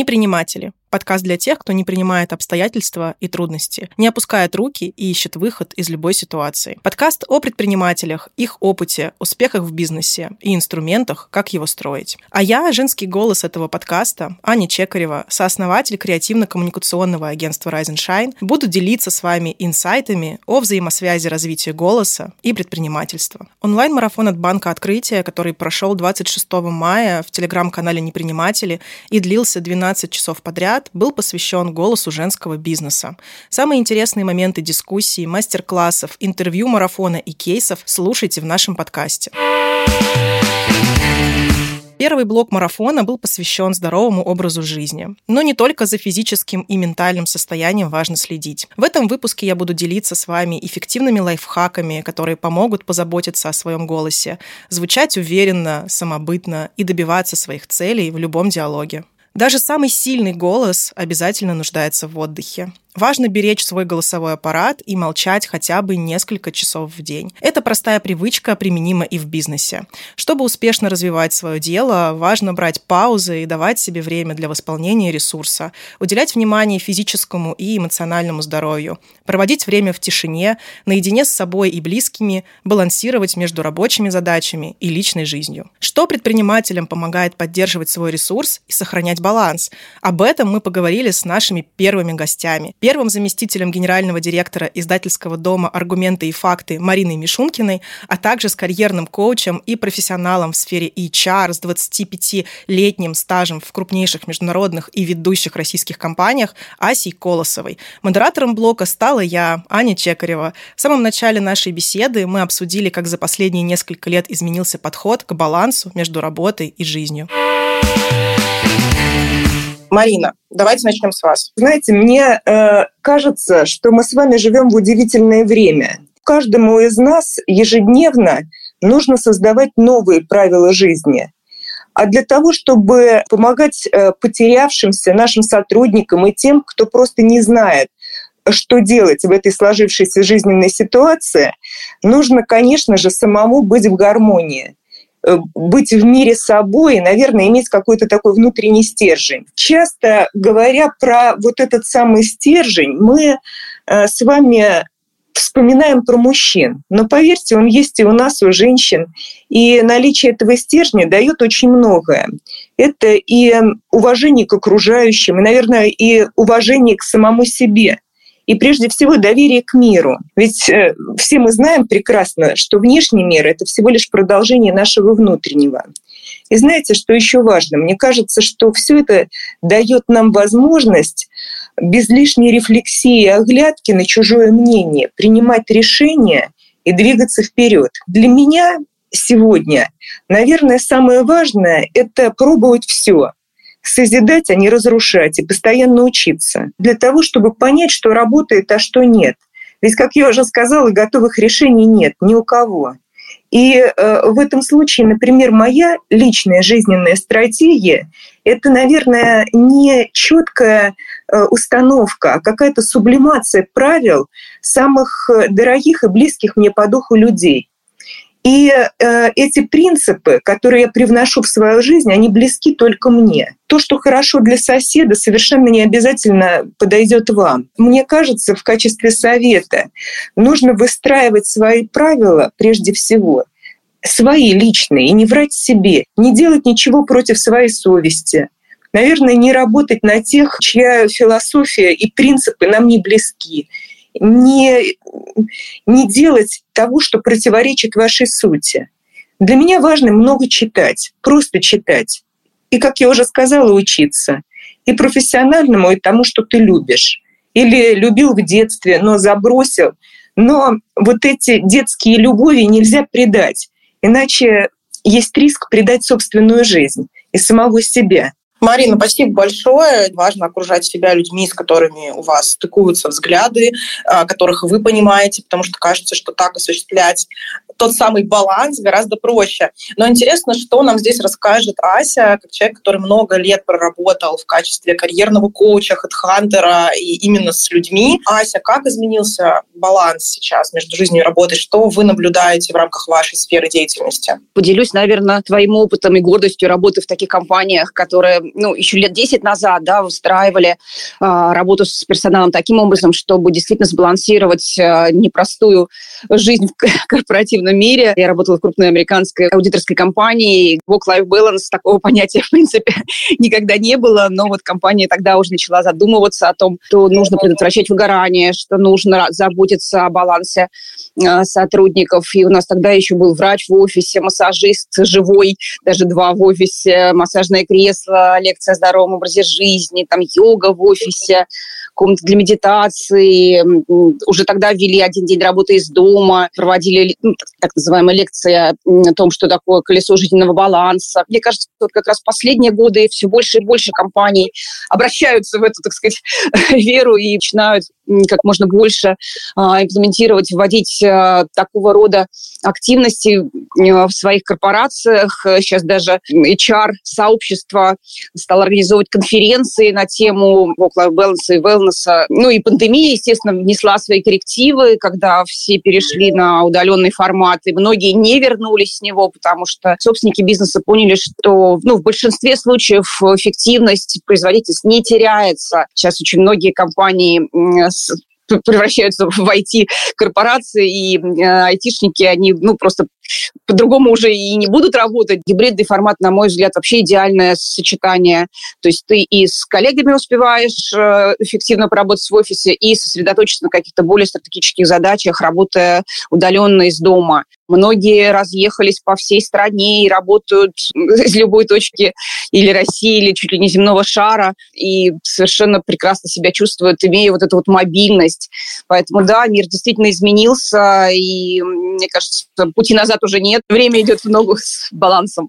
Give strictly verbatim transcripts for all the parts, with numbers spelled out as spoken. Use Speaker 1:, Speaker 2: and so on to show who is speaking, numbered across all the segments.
Speaker 1: Неприниматели. Подкаст для тех, кто не принимает обстоятельства и трудности, не опускает руки и ищет выход из любой ситуации. Подкаст о предпринимателях, их опыте, успехах в бизнесе и инструментах, как его строить. А я, женский голос этого подкаста, Аня Чекарева, сооснователь креативно-коммуникационного агентства Rise and Shine, буду делиться с вами инсайтами о взаимосвязи развития голоса и предпринимательства. Онлайн-марафон от Банка Открытия, который прошел двадцать шестого мая в телеграм-канале «Неприниматели» и длился двенадцать часов подряд, был посвящен голосу женского бизнеса. Самые интересные моменты дискуссий, мастер-классов, интервью марафона и кейсов слушайте в нашем подкасте. Первый блок марафона был посвящен здоровому образу жизни. Но не только за физическим и ментальным состоянием важно следить. В этом выпуске я буду делиться с вами эффективными лайфхаками, которые помогут позаботиться о своем голосе, звучать уверенно, самобытно и добиваться своих целей в любом диалоге. Даже самый сильный голос обязательно нуждается в отдыхе. Важно беречь свой голосовой аппарат и молчать хотя бы несколько часов в день. Эта простая привычка применима и в бизнесе. Чтобы успешно развивать свое дело, важно брать паузы и давать себе время для восполнения ресурса, уделять внимание физическому и эмоциональному здоровью, проводить время в тишине, наедине с собой и близкими, балансировать между рабочими задачами и личной жизнью. Что предпринимателям помогает поддерживать свой ресурс и сохранять баланс? Об этом мы поговорили с нашими первыми гостями. Первым заместителем генерального директора издательского дома «Аргументы и факты» Мариной Мишункиной, а также с карьерным коучем и профессионалом в сфере эйч ар с двадцатипятилетним стажем в крупнейших международных и ведущих российских компаниях Асей Колосовой. Модератором блока стала я, Аня Чекарева. В самом начале нашей беседы мы обсудили, как за последние несколько лет изменился подход к балансу между работой и жизнью.
Speaker 2: Марина, давайте начнем с вас.
Speaker 3: Знаете, мне э, кажется, что мы с вами живем в удивительное время. Каждому из нас ежедневно нужно создавать новые правила жизни. А для того, чтобы помогать э, потерявшимся нашим сотрудникам и тем, кто просто не знает, что делать в этой сложившейся жизненной ситуации, нужно, конечно же, самому быть в гармонии. Быть в мире собой и, наверное, иметь какой-то такой внутренний стержень. Часто говоря про вот этот самый стержень, мы э, с вами вспоминаем про мужчин. Но поверьте, он есть и у нас, у женщин. И наличие этого стержня дает очень многое. Это и уважение к окружающим, и, наверное, и уважение к самому себе. И прежде всего доверие к миру. Ведь э, все мы знаем прекрасно, что внешний мир — это всего лишь продолжение нашего внутреннего. И знаете, что еще важно? Мне кажется, что все это дает нам возможность без лишней рефлексии и оглядки на чужое мнение принимать решения и двигаться вперед. Для меня сегодня, наверное, самое важное — это пробовать все. Созидать, а не разрушать, и постоянно учиться. Для того, чтобы понять, что работает, а что нет. Ведь, как я уже сказала, готовых решений нет ни у кого. И э, в этом случае, например, моя личная жизненная стратегия — это, наверное, не четкая э, установка, а какая-то сублимация правил самых дорогих и близких мне по духу людей. И э, эти принципы, которые я привношу в свою жизнь, они близки только мне. То, что хорошо для соседа, совершенно не обязательно подойдет вам. Мне кажется, в качестве совета нужно выстраивать свои правила прежде всего, свои личные, и не врать себе, не делать ничего против своей совести. Наверное, не работать на тех, чья философия и принципы нам не близки. Не, не делать того, что противоречит вашей сути. Для меня важно много читать, просто читать. И, как я уже сказала, учиться. И профессиональному, и тому, что ты любишь. Или любил в детстве, но забросил. Но вот эти детские любови нельзя предать. Иначе есть риск предать собственную жизнь и самого себя.
Speaker 2: Марина, спасибо большое. Важно окружать себя людьми, с которыми у вас стыкуются взгляды, которых вы понимаете, потому что кажется, что так осуществлять тот самый баланс гораздо проще. Но интересно, что нам здесь расскажет Ася, как человек, который много лет проработал в качестве карьерного коуча, хедхантера и именно с людьми. Ася, как изменился баланс сейчас между жизнью и работой? Что вы наблюдаете в рамках вашей сферы деятельности?
Speaker 4: Поделюсь, наверное, твоим опытом и гордостью работы в таких компаниях, которые ну, еще лет десять назад, да, выстраивали а, работу с персоналом таким образом, чтобы действительно сбалансировать а, непростую жизнь в корпоративном мире. Я работала в крупной американской аудиторской компании. Work-life balance, такого понятия, в принципе, никогда не было, но вот компания тогда уже начала задумываться о том, что нужно предотвращать выгорание, что нужно заботиться о балансе а, сотрудников. И у нас тогда еще был врач в офисе, массажист живой, даже два в офисе, массажное кресло, лекция о здоровом образе жизни, там йога в офисе, комната для медитации. Уже тогда ввели один день работы из дома, проводили, ну, так называемая лекция о том, что такое колесо жизненного баланса. Мне кажется, вот как раз последние годы все больше и больше компаний обращаются в эту, так сказать, веру и начинают как можно больше а, имплементировать, вводить а, такого рода активности в своих корпорациях. Сейчас даже эйч ар-сообщество стало организовывать конференции на тему work-life balance и wellness. Ну и пандемия, естественно, внесла свои коррективы, когда все перешли на удаленный формат, и многие не вернулись с него, потому что собственники бизнеса поняли, что ну, в большинстве случаев эффективность, производительность не теряется. Сейчас очень многие компании превращаются в ай ти-корпорации, и э, айтишники, они ну, просто по-другому уже и не будут работать. Гибридный формат, на мой взгляд, вообще идеальное сочетание. То есть ты и с коллегами успеваешь э, эффективно поработать в офисе, и сосредоточиться на каких-то более стратегических задачах, работая удаленно из дома. Многие разъехались по всей стране и работают из любой точки или России, или чуть ли не земного шара, и совершенно прекрасно себя чувствуют, имея вот эту вот мобильность. Поэтому, да, мир действительно изменился, и, мне кажется, пути назад уже нет. Время идет в ногу с балансом.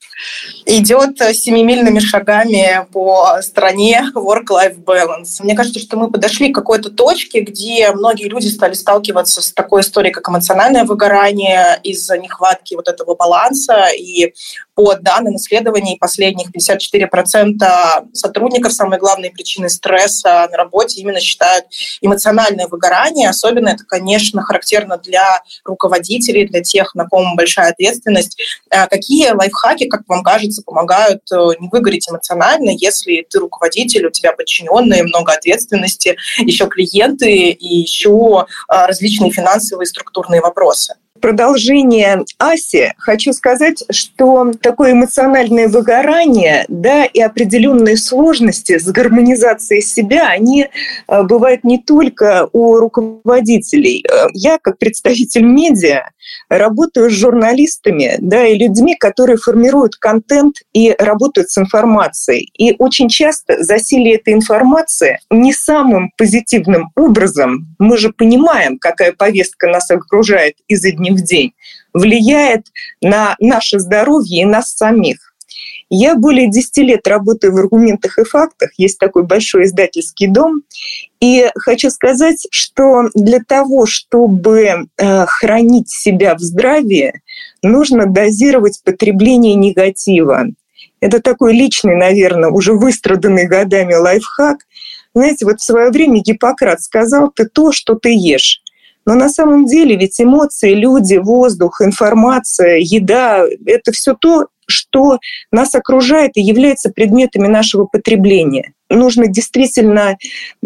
Speaker 2: Идет семимильными шагами по стране work-life balance. Мне кажется, что мы подошли к какой-то точке, где многие люди стали сталкиваться с такой историей, как эмоциональное выгорание из-за нехватки вот этого баланса. И по данным исследований последних, пятьдесят четыре процента сотрудников самой главной причиной стресса на работе именно считают эмоциональное выгорание. Особенно это, конечно, характерно для руководителей, для тех, на ком большая ответственность. Какие лайфхаки, как вам кажется, помогают не выгореть эмоционально, если ты руководитель, у тебя подчиненные, много ответственности, еще клиенты и еще различные финансовые и структурные вопросы?
Speaker 3: Продолжение Аси, хочу сказать, что такое эмоциональное выгорание, да, и определенные сложности с гармонизацией себя, они бывают не только у руководителей. Я, как представитель медиа, работаю с журналистами, да, и людьми, которые формируют контент и работают с информацией. И очень часто засилие этой информации не самым позитивным образом, мы же понимаем, какая повестка нас окружает изо дня в день, влияет на наше здоровье и нас самих. Я более десяти лет работаю в «Аргументах и фактах», есть такой большой издательский дом, и хочу сказать, что для того, чтобы э, хранить себя в здравии, нужно дозировать потребление негатива. Это такой личный, наверное, уже выстраданный годами лайфхак. Знаете, вот в свое время Гиппократ сказал: «Ты то, что ты ешь». Но на самом деле ведь эмоции, люди, воздух, информация, еда – это все то, что нас окружает и является предметами нашего потребления. Нужно действительно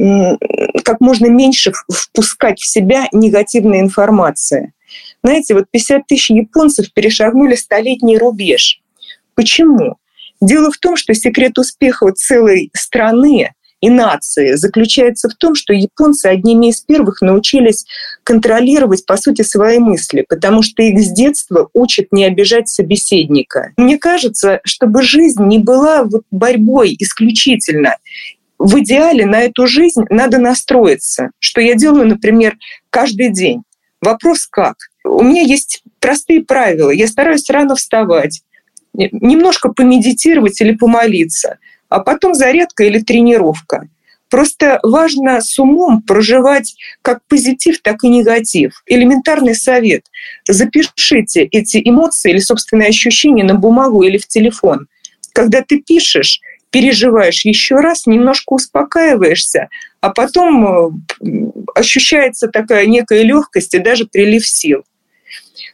Speaker 3: как можно меньше впускать в себя негативной информации. Знаете, вот пятьдесят тысяч японцев перешагнули столетний рубеж. Почему? Дело в том, что секрет успеха целой страны и нации заключается в том, что японцы одними из первых научились контролировать, по сути, свои мысли, потому что их с детства учат не обижать собеседника. Мне кажется, чтобы жизнь не была вот борьбой исключительно, в идеале на эту жизнь надо настроиться, что я делаю, например, каждый день. Вопрос как? У меня есть простые правила. Я стараюсь рано вставать, немножко помедитировать или помолиться, а потом зарядка или тренировка. Просто важно с умом проживать как позитив, так и негатив. Элементарный совет. Запишите эти эмоции или собственные ощущения на бумагу или в телефон. Когда ты пишешь, переживаешь еще раз, немножко успокаиваешься, а потом ощущается такая некая легкость и даже прилив сил.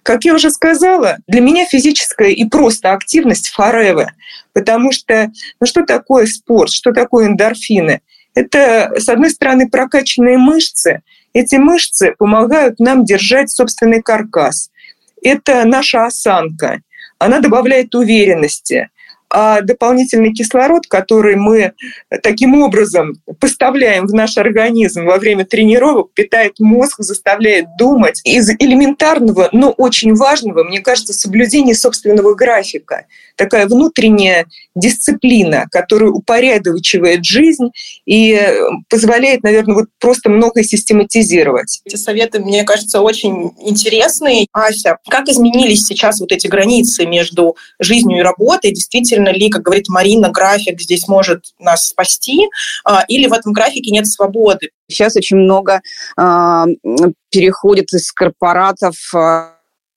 Speaker 3: Как я уже сказала, для меня физическая и просто активность forever, потому что ну что такое спорт, что такое эндорфины? Это, с одной стороны, прокачанные мышцы. Эти мышцы помогают нам держать собственный каркас. Это наша осанка. Она добавляет уверенности. А дополнительный кислород, который мы таким образом поставляем в наш организм во время тренировок, питает мозг, заставляет думать. Из элементарного, но очень важного, мне кажется, соблюдения собственного графика. Такая внутренняя дисциплина, которая упорядочивает жизнь и позволяет, наверное, вот просто многое систематизировать.
Speaker 2: Эти советы, мне кажется, очень интересные. Ася, как изменились сейчас вот эти границы между жизнью и работой? Действительно ли, как говорит Марина, график здесь может нас спасти, или в этом графике нет свободы?
Speaker 4: Сейчас очень много э, переходит из корпоратов э,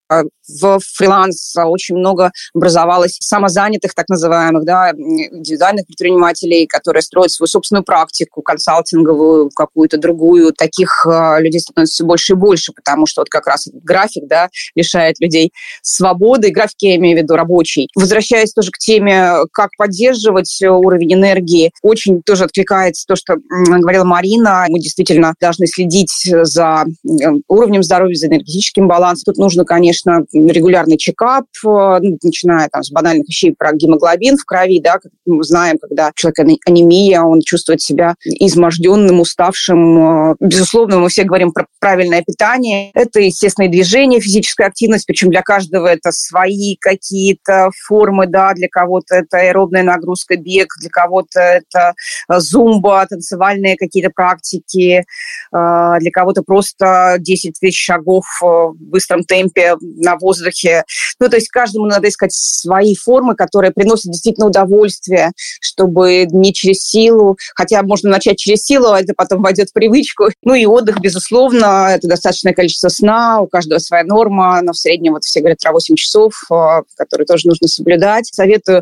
Speaker 4: в фриланс, очень много образовалось самозанятых, так называемых, да, индивидуальных предпринимателей, которые строят свою собственную практику, консалтинговую, какую-то другую. Таких э, людей становится все больше и больше, потому что вот как раз этот график, да, лишает людей свободы. График, я имею в виду рабочий. Возвращаясь тоже к теме, как поддерживать уровень энергии, очень тоже откликается то, что говорила Марина. Мы действительно должны следить за уровнем здоровья, за энергетическим балансом. Тут нужно, конечно, регулярный чекап, начиная там, с банальных вещей про гемоглобин в крови, да, как мы знаем, когда человек анемия, он чувствует себя изможденным, уставшим. Безусловно, мы все говорим про правильное питание. Это, естественно, и движение, физическая активность, причем для каждого это свои какие-то формы, да, для кого-то это аэробная нагрузка, бег, для кого-то это зумба, танцевальные какие-то практики, для кого-то просто десять тысяч шагов в быстром темпе на воздухе. Ну, то есть каждому надо искать свои формы, которые приносят действительно удовольствие, чтобы не через силу, хотя можно начать через силу, а это потом войдет в привычку. Ну и отдых, безусловно, это достаточное количество сна, у каждого своя норма, но в среднем вот все говорят про восемь часов, которые тоже нужно соблюдать. Советую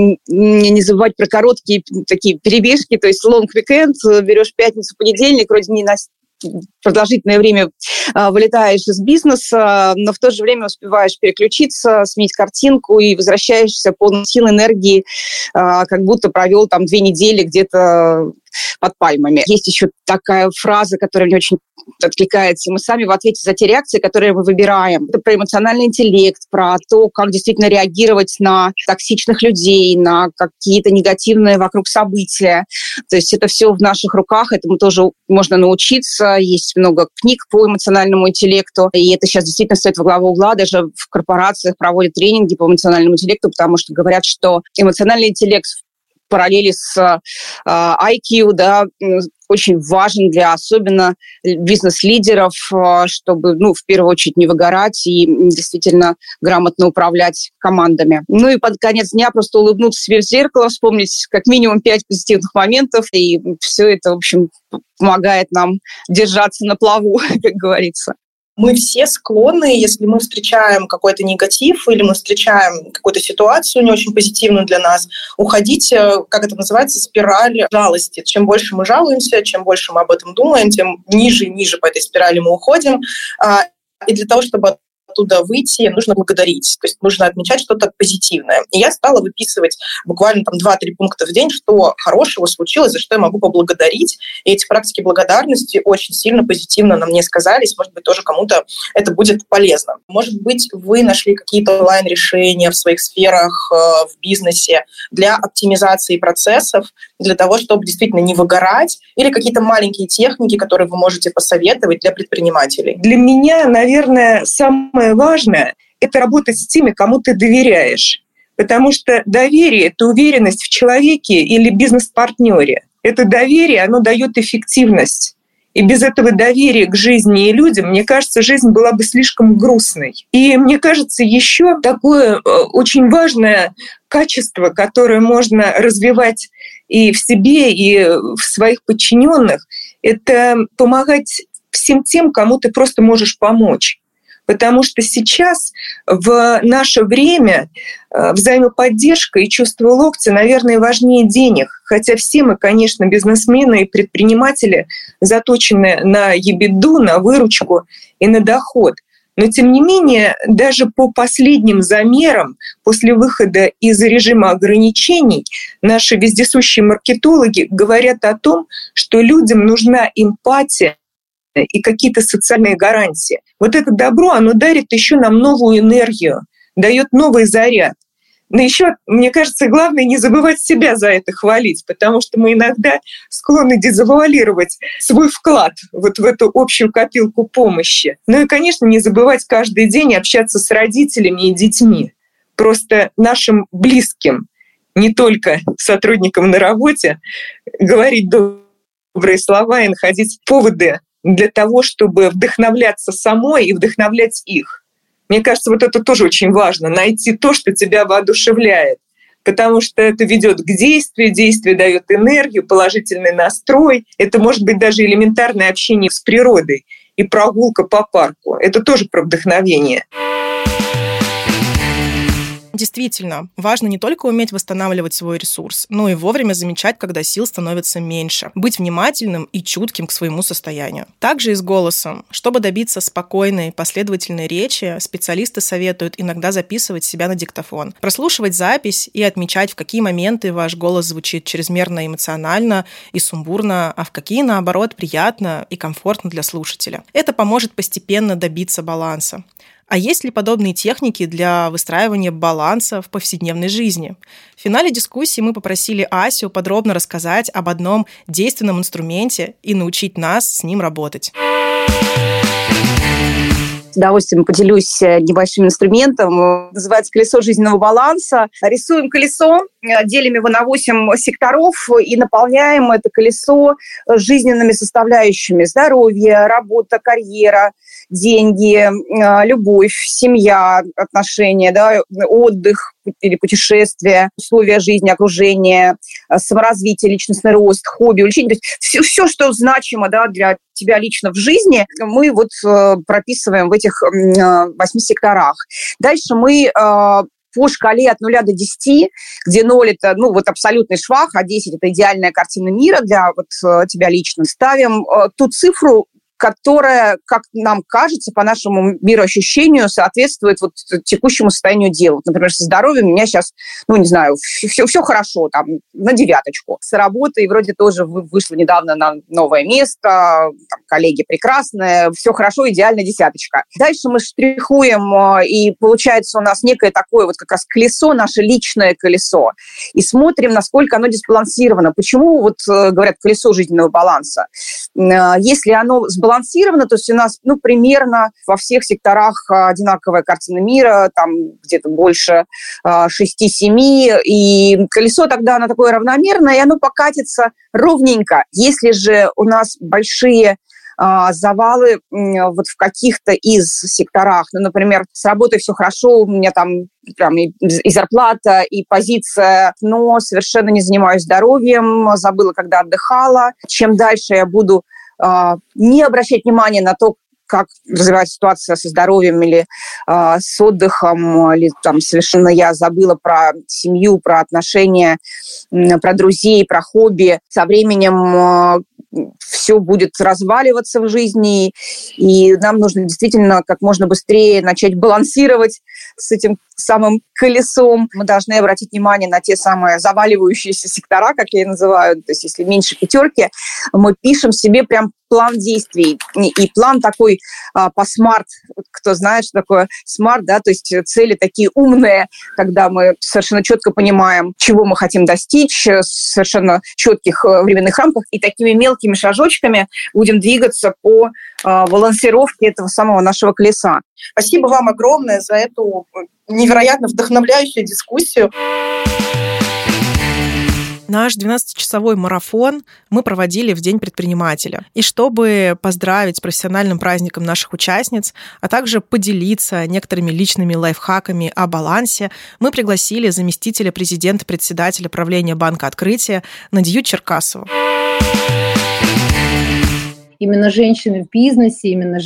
Speaker 4: не забывать про короткие такие перебежки, то есть long weekend, берешь пятницу, понедельник, вроде не на продолжительное время э, вылетаешь из бизнеса, но в то же время успеваешь переключиться, сменить картинку и возвращаешься полной сил, энергии, э, как будто провел там две недели где-то под пальмами. Есть еще такая фраза, которая мне очень откликается. Мы сами в ответе за те реакции, которые мы выбираем. Это про эмоциональный интеллект, про то, как действительно реагировать на токсичных людей, на какие-то негативные вокруг события. То есть это все в наших руках, этому тоже можно научиться. Есть много книг по эмоциональному интеллекту, и это сейчас действительно стоит во главу угла. Даже в корпорациях проводят тренинги по эмоциональному интеллекту, потому что говорят, что эмоциональный интеллект в параллели с э, ай кью, да, очень важен для особенно бизнес-лидеров, чтобы, ну, в первую очередь не выгорать и действительно грамотно управлять командами. Ну и под конец дня просто улыбнуться себе в зеркало, вспомнить как минимум пять позитивных моментов, и все это, в общем, помогает нам держаться на плаву, как говорится.
Speaker 2: Мы все склонны, если мы встречаем какой-то негатив или мы встречаем какую-то ситуацию не очень позитивную для нас, уходить, как это называется, спираль жалости. Чем больше мы жалуемся, чем больше мы об этом думаем, тем ниже и ниже по этой спирали мы уходим. И для того, чтобы оттуда выйти, нужно благодарить. То есть нужно отмечать что-то позитивное. И я стала выписывать буквально там два-три пункта в день, что хорошего случилось, за что я могу поблагодарить. И эти практики благодарности очень сильно позитивно на мне сказались. Может быть, тоже кому-то это будет полезно. Может быть, вы нашли какие-то онлайн-решения в своих сферах, в бизнесе для оптимизации процессов, для того, чтобы действительно не выгорать, или какие-то маленькие техники, которые вы можете посоветовать для предпринимателей?
Speaker 3: Для меня, наверное, самое Самое важное – это работать с теми, кому ты доверяешь. Потому что доверие – это уверенность в человеке или бизнес-партнере. Это доверие, оно дает эффективность. И без этого доверия к жизни и людям, мне кажется, жизнь была бы слишком грустной. И мне кажется, еще такое очень важное качество, которое можно развивать и в себе, и в своих подчиненных, это помогать всем тем, кому ты просто можешь помочь. Потому что сейчас, в наше время, взаимоподдержка и чувство локтя, наверное, важнее денег. Хотя все мы, конечно, бизнесмены и предприниматели, заточены на ебеду, на выручку и на доход. Но, тем не менее, даже по последним замерам, после выхода из режима ограничений, наши вездесущие маркетологи говорят о том, что людям нужна эмпатия и какие-то социальные гарантии. Вот это добро, оно дарит еще нам новую энергию, дает новый заряд. Но еще, мне кажется, главное не забывать себя за это хвалить, потому что мы иногда склонны дезавуалировать свой вклад вот в эту общую копилку помощи. Ну и, конечно, не забывать каждый день общаться с родителями и детьми. Просто нашим близким, не только сотрудникам на работе, говорить добрые слова и находить поводы для того, чтобы вдохновляться самой и вдохновлять их. Мне кажется, вот это тоже очень важно, найти то, что тебя воодушевляет, потому что это ведет к действию, действие дает энергию, положительный настрой. Это может быть даже элементарное общение с природой и прогулка по парку. Это тоже про вдохновение.
Speaker 1: Действительно, важно не только уметь восстанавливать свой ресурс, но и вовремя замечать, когда сил становится меньше, быть внимательным и чутким к своему состоянию. Также и с голосом. Чтобы добиться спокойной, последовательной речи, специалисты советуют иногда записывать себя на диктофон, прослушивать запись и отмечать, в какие моменты ваш голос звучит чрезмерно эмоционально и сумбурно, а в какие, наоборот, приятно и комфортно для слушателя. Это поможет постепенно добиться баланса. А есть ли подобные техники для выстраивания баланса в повседневной жизни? В финале дискуссии мы попросили Асю подробно рассказать об одном действенном инструменте и научить нас с ним работать.
Speaker 4: С удовольствием поделюсь небольшим инструментом. Называется «Колесо жизненного баланса». Рисуем колесо, делим его на восемь секторов и наполняем это колесо жизненными составляющими. Здоровье, работа, карьера, деньги, любовь, семья, отношения, да, отдых или путешествия, условия жизни, окружение, саморазвитие, личностный рост, хобби, увлечение. То есть все, все, что значимо, да, для тебя лично в жизни, мы вот прописываем в этих восьми секторах. Дальше мы по шкале от нуля до десяти, где ноль – это ну, вот абсолютный швах, а десять – это идеальная картина мира для вот, тебя лично, ставим ту цифру, которая, как нам кажется, по нашему мироощущению, соответствует вот текущему состоянию дел. Например, со здоровьем у меня сейчас, ну, не знаю, все, все хорошо, там, на девяточку. С работой вроде тоже вышла недавно на новое место, там, коллеги прекрасные, все хорошо, идеально десяточка. Дальше мы штрихуем, и получается у нас некое такое вот как раз колесо, наше личное колесо, и смотрим, насколько оно дисбалансировано. Почему вот говорят колесо жизненного баланса? Если оно сбалансировано, балансировано, то есть у нас ну, примерно во всех секторах одинаковая картина мира, там где-то больше шесть-семь, и колесо тогда оно такое равномерное, и оно покатится ровненько. Если же у нас большие а, завалы вот в каких-то из секторах, ну, например, с работой все хорошо, у меня там прям и, и зарплата, и позиция, но совершенно не занимаюсь здоровьем, забыла, когда отдыхала. Чем дальше я буду не обращать внимания на то, как развивается ситуация со здоровьем или э, с отдыхом, или там совершенно я забыла про семью, про отношения, э, про друзей, про хобби. Со временем э, все будет разваливаться в жизни, и нам нужно действительно как можно быстрее начать балансировать с этим самым колесом. Мы должны обратить внимание на те самые заваливающиеся сектора, как я их называю. То есть если меньше пятерки, мы пишем себе прям план действий. И план такой а, по смарт. Кто знает, что такое смарт, да, то есть цели такие умные, когда мы совершенно четко понимаем, чего мы хотим достичь, в совершенно четких временных рамках, и такими мелкими шажочками будем двигаться по а, балансировке этого самого нашего колеса.
Speaker 2: Спасибо вам огромное за эту невероятно вдохновляющую дискуссию.
Speaker 1: Наш двенадцатичасовой марафон мы проводили в День предпринимателя. И чтобы поздравить с профессиональным праздником наших участниц, а также поделиться некоторыми личными лайфхаками о балансе, мы пригласили заместителя президента-председателя правления Банка Открытия Надию Черкасову.
Speaker 5: именно женщины в бизнесе, именно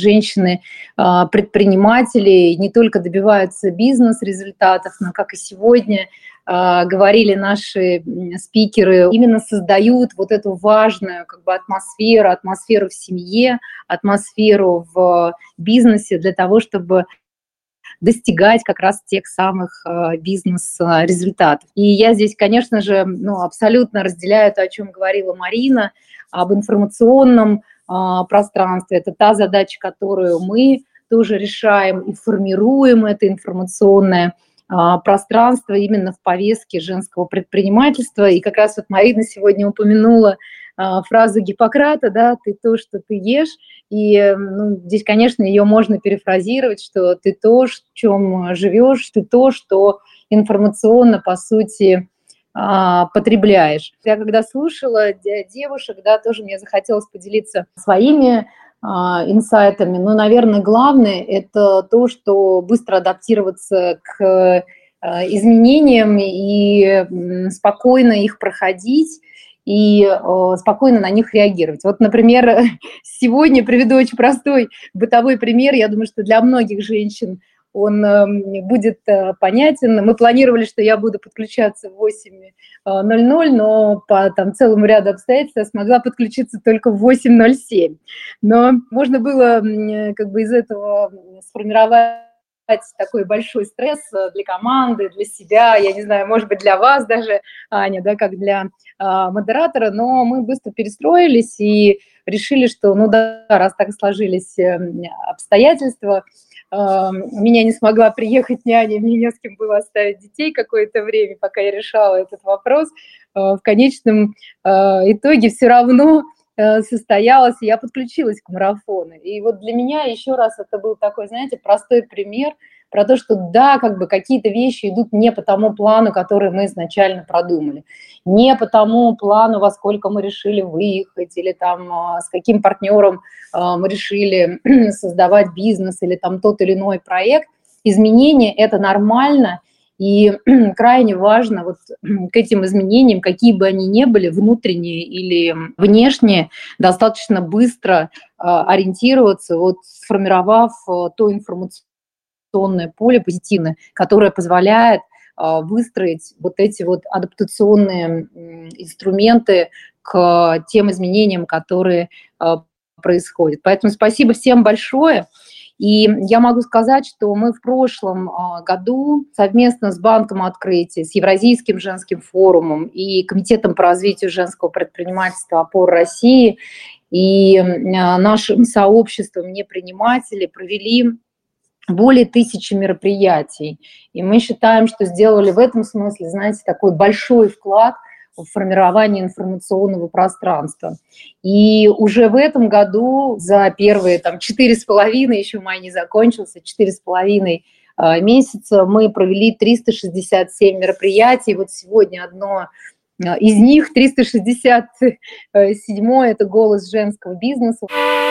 Speaker 5: женщины-предприниматели не только добиваются бизнес-результатов, но, как и сегодня говорили наши спикеры, именно создают вот эту важную как бы атмосферу, атмосферу в семье, атмосферу в бизнесе для того, чтобы достигать как раз тех самых бизнес-результатов. И я здесь, конечно же, ну, абсолютно разделяю то, о чем говорила Марина, об информационном пространстве. Это та задача, которую мы тоже решаем и формируем это информационное пространство именно в повестке женского предпринимательства. И как раз вот Марина сегодня упомянула фразу Гиппократа, да, «ты то, что ты ешь». И ну, здесь, конечно, ее можно перефразировать, что ты то, в чем живешь, ты то, что информационно, по сути, потребляешь. Я когда слушала девушек, да, тоже мне захотелось поделиться своими инсайтами. Но, наверное, главное – это то, что быстро адаптироваться к изменениям и спокойно их проходить, и спокойно на них реагировать. Вот, например, сегодня приведу очень простой бытовой пример. Я думаю, что для многих женщин он будет понятен. Мы планировали, что я буду подключаться в восемь ноль ноль, но по там, целому ряду обстоятельств я смогла подключиться только в восемь ноль семь. Но можно было как бы из этого сформировать такой большой стресс для команды, для себя, я не знаю, может быть, для вас даже, Аня, да, как для а, модератора, но мы быстро перестроились и решили, что, ну да, раз так сложились обстоятельства, а, меня не смогла приехать няня, мне не с кем было оставить детей какое-то время, пока я решала этот вопрос, а, в конечном а, итоге все равно состоялось, и я подключилась к марафону. И вот для меня еще раз это был такой, знаете, простой пример про то, что да, как бы какие-то вещи идут не по тому плану, который мы изначально продумали, не по тому плану, во сколько мы решили выехать, или там с каким партнером мы решили создавать бизнес, или там тот или иной проект. Изменения – это нормально, и крайне важно вот к этим изменениям, какие бы они ни были, внутренние или внешние, достаточно быстро ориентироваться, вот сформировав то информационное поле позитивное, которое позволяет выстроить вот эти вот адаптационные инструменты к тем изменениям, которые происходят. Поэтому спасибо всем большое. И я могу сказать, что мы в прошлом году совместно с Банком Открытия, с Евразийским женским форумом и Комитетом по развитию женского предпринимательства «Опора России» и нашим сообществом непредпринимателей провели более тысячи мероприятий. И мы считаем, что сделали в этом смысле, знаете, такой большой вклад в формирование информационного пространства. И уже в этом году за первые там четыре с половиной, еще май не закончился, четыре с половиной месяца мы провели триста шестьдесят семь мероприятий. Вот сегодня одно из них, триста шестьдесят седьмое, это «Голос женского бизнеса».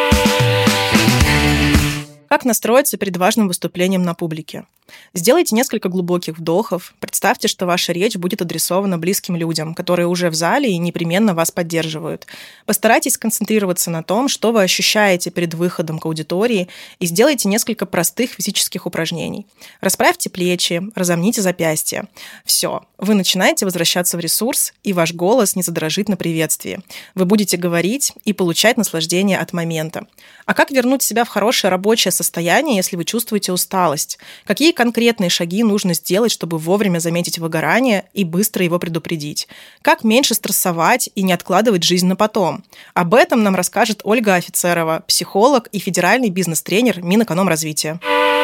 Speaker 1: Как настроиться перед важным выступлением на публике? Сделайте несколько глубоких вдохов, представьте, что ваша речь будет адресована близким людям, которые уже в зале и непременно вас поддерживают. Постарайтесь сконцентрироваться на том, что вы ощущаете перед выходом к аудитории, и сделайте несколько простых физических упражнений. Расправьте плечи, разомните запястья. Все, вы начинаете возвращаться в ресурс, и ваш голос не задрожит на приветствии. Вы будете говорить и получать наслаждение от момента. А как вернуть себя в хорошее рабочее состояние, если вы чувствуете усталость? Какие конкретные шаги нужно сделать, чтобы вовремя заметить выгорание и быстро его предупредить? Как меньше стрессовать и не откладывать жизнь на потом? Об этом нам расскажет Ольга Офицерова, психолог и федеральный бизнес-тренер Минэкономразвития.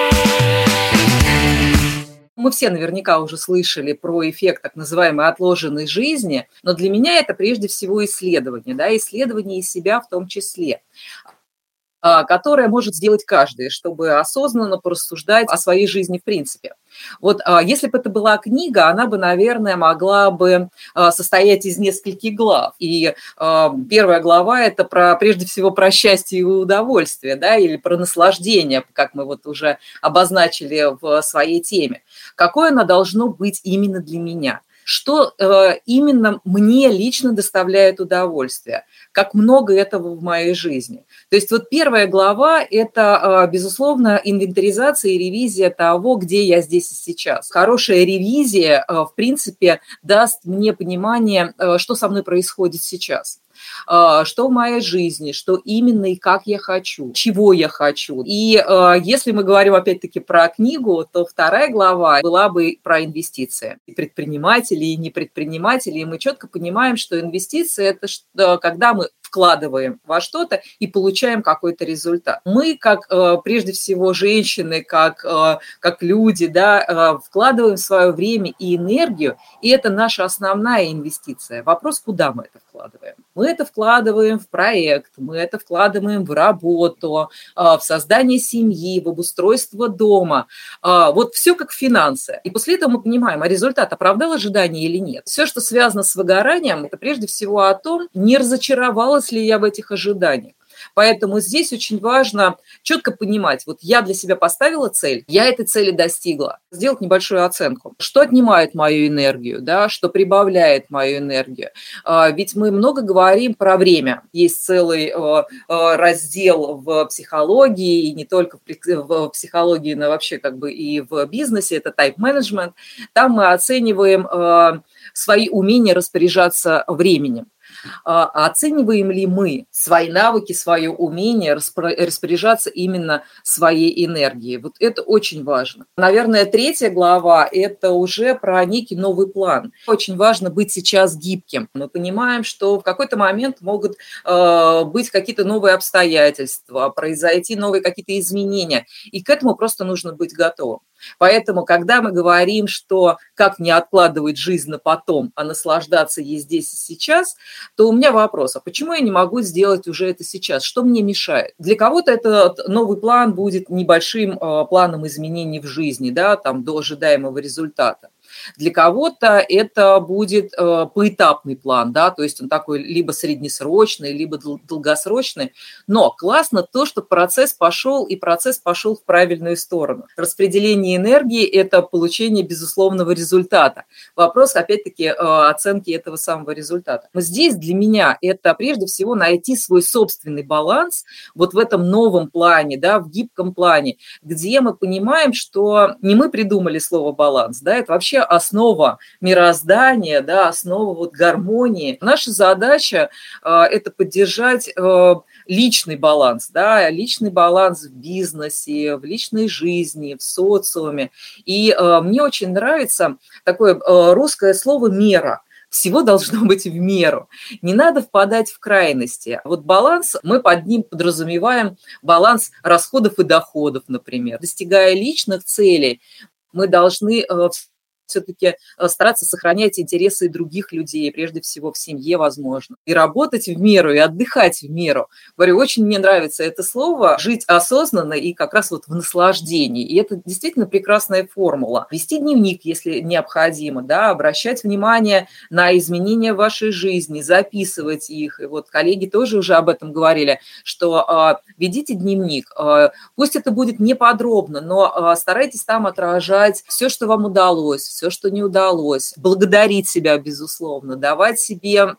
Speaker 6: Мы все наверняка уже слышали про эффект так называемой отложенной жизни, но для меня это прежде всего исследование, да, исследование себя в том числе, которое может сделать каждый, чтобы осознанно порассуждать о своей жизни в принципе. Вот если бы это была книга, она бы, наверное, могла бы состоять из нескольких глав. И первая глава – это про, прежде всего про счастье и удовольствие, да, или про наслаждение, как мы вот уже обозначили в своей теме. Какое оно должно быть именно для меня? что э, именно мне лично доставляет удовольствие, как много этого в моей жизни. То есть вот первая глава – это, э, безусловно, инвентаризация и ревизия того, где я здесь и сейчас. Хорошая ревизия, э, в принципе, даст мне понимание, э, что со мной происходит сейчас. Что в моей жизни, что именно и как я хочу, чего я хочу. И э, если мы говорим опять-таки про книгу, то вторая глава была бы про инвестиции. И предприниматели, и не предприниматели. И мы четко понимаем, что инвестиции – это что, когда мы вкладываем во что-то и получаем какой-то результат. Мы, как э, прежде всего женщины, как, э, как люди, да, э, вкладываем свое время и энергию, и это наша основная инвестиция. Вопрос, куда мы это вкладываем? Мы это вкладываем в проект, мы это вкладываем в работу, э, в создание семьи, в обустройство дома. Э, вот все как финансы. И после этого мы понимаем, а результат оправдал ожидания или нет. Все, что связано с выгоранием, это прежде всего о том, не разочаровалась ли я в этих ожиданиях. Поэтому здесь очень важно четко понимать, вот я для себя поставила цель, я этой цели достигла. Сделать небольшую оценку. Что отнимает мою энергию, да, что прибавляет мою энергию. Ведь мы много говорим про время. Есть целый раздел в психологии, и не только в психологии, но вообще как бы и в бизнесе, это тайм-менеджмент. Там мы оцениваем свои умения распоряжаться временем. Оцениваем ли мы свои навыки, свое умение распоряжаться именно своей энергией? Вот это очень важно. Наверное, третья глава – это уже про некий новый план. Очень важно быть сейчас гибким. Мы понимаем, что в какой-то момент могут э, быть какие-то новые обстоятельства, произойти новые какие-то изменения, и к этому просто нужно быть готовым. Поэтому, когда мы говорим, что как не откладывать жизнь на потом, а наслаждаться ей здесь и сейчас, то у меня вопрос, а почему я не могу сделать уже это сейчас? Что мне мешает? Для кого-то этот новый план будет небольшим э, планом изменений в жизни, да, там, до ожидаемого результата. Для кого-то это будет э, поэтапный план, да, то есть он такой либо среднесрочный, либо долгосрочный, но классно то, что процесс пошел, и процесс пошел в правильную сторону. Распределение энергии – это получение безусловного результата. Вопрос, опять-таки, э, оценки этого самого результата. Но здесь для меня это прежде всего найти свой собственный баланс вот в этом новом плане, да, в гибком плане, где мы понимаем, что не мы придумали слово «баланс», да, это вообще основа мироздания, да, основа вот гармонии. Наша задача э, – это поддержать э, личный баланс, да, личный баланс в бизнесе, в личной жизни, в социуме. И э, мне очень нравится такое э, русское слово «мера». Всего должно быть в меру. Не надо впадать в крайности. Вот баланс, мы под ним подразумеваем баланс расходов и доходов, например. Достигая личных целей, мы должны все-таки стараться сохранять интересы других людей, прежде всего в семье, возможно. И работать в меру, и отдыхать в меру. Говорю, очень мне нравится это слово. Жить осознанно и как раз вот в наслаждении. И это действительно прекрасная формула. Вести дневник, если необходимо, да, обращать внимание на изменения в вашей жизни, записывать их. И вот коллеги тоже уже об этом говорили, что э, ведите дневник. Э, пусть это будет не подробно, но э, старайтесь там отражать все, что вам удалось, все, что не удалось, благодарить себя, безусловно, давать себе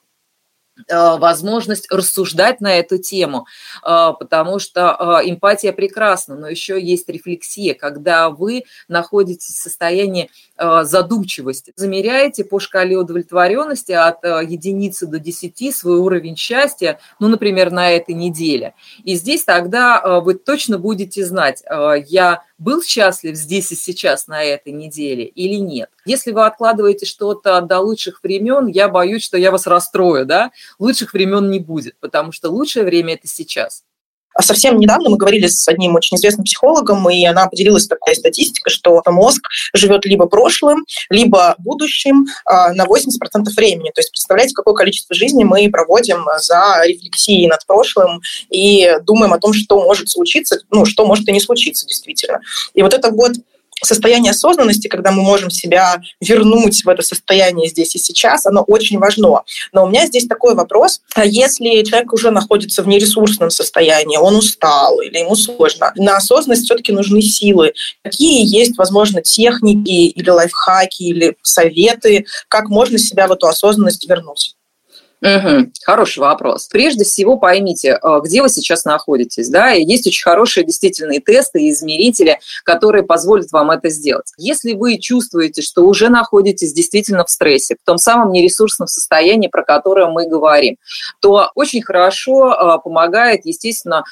Speaker 6: возможность рассуждать на эту тему, потому что эмпатия прекрасна, но еще есть рефлексия, когда вы находитесь в состоянии задумчивости. Замеряете по шкале удовлетворенности от единицы до десяти свой уровень счастья, ну, например, на этой неделе. И здесь тогда вы точно будете знать, я был счастлив здесь и сейчас на этой неделе или нет. Если вы откладываете что-то до лучших времен, я боюсь, что я вас расстрою, да? Лучших времен не будет, потому что лучшее время – это сейчас.
Speaker 2: Совсем недавно мы говорили с одним очень известным психологом, и она поделилась такой статистикой, что мозг живет либо прошлым, либо будущим на восемьдесят процентов времени. То есть представляете, какое количество жизни мы проводим за рефлексией над прошлым и думаем о том, что может случиться, ну, что может и не случиться действительно. И вот это вот состояние осознанности, когда мы можем себя вернуть в это состояние здесь и сейчас, оно очень важно. Но у меня здесь такой вопрос. Если человек уже находится в нересурсном состоянии, он устал или ему сложно, на осознанность все-таки нужны силы. Какие есть, возможно, техники или лайфхаки, или советы, как можно себя в эту осознанность вернуть?
Speaker 6: Угу. Хороший вопрос. Прежде всего поймите, где вы сейчас находитесь. Да? И есть очень хорошие действительно тесты и измерители, которые позволят вам это сделать. Если вы чувствуете, что уже находитесь действительно в стрессе, в том самом нересурсном состоянии, про которое мы говорим, то очень хорошо помогает, естественно,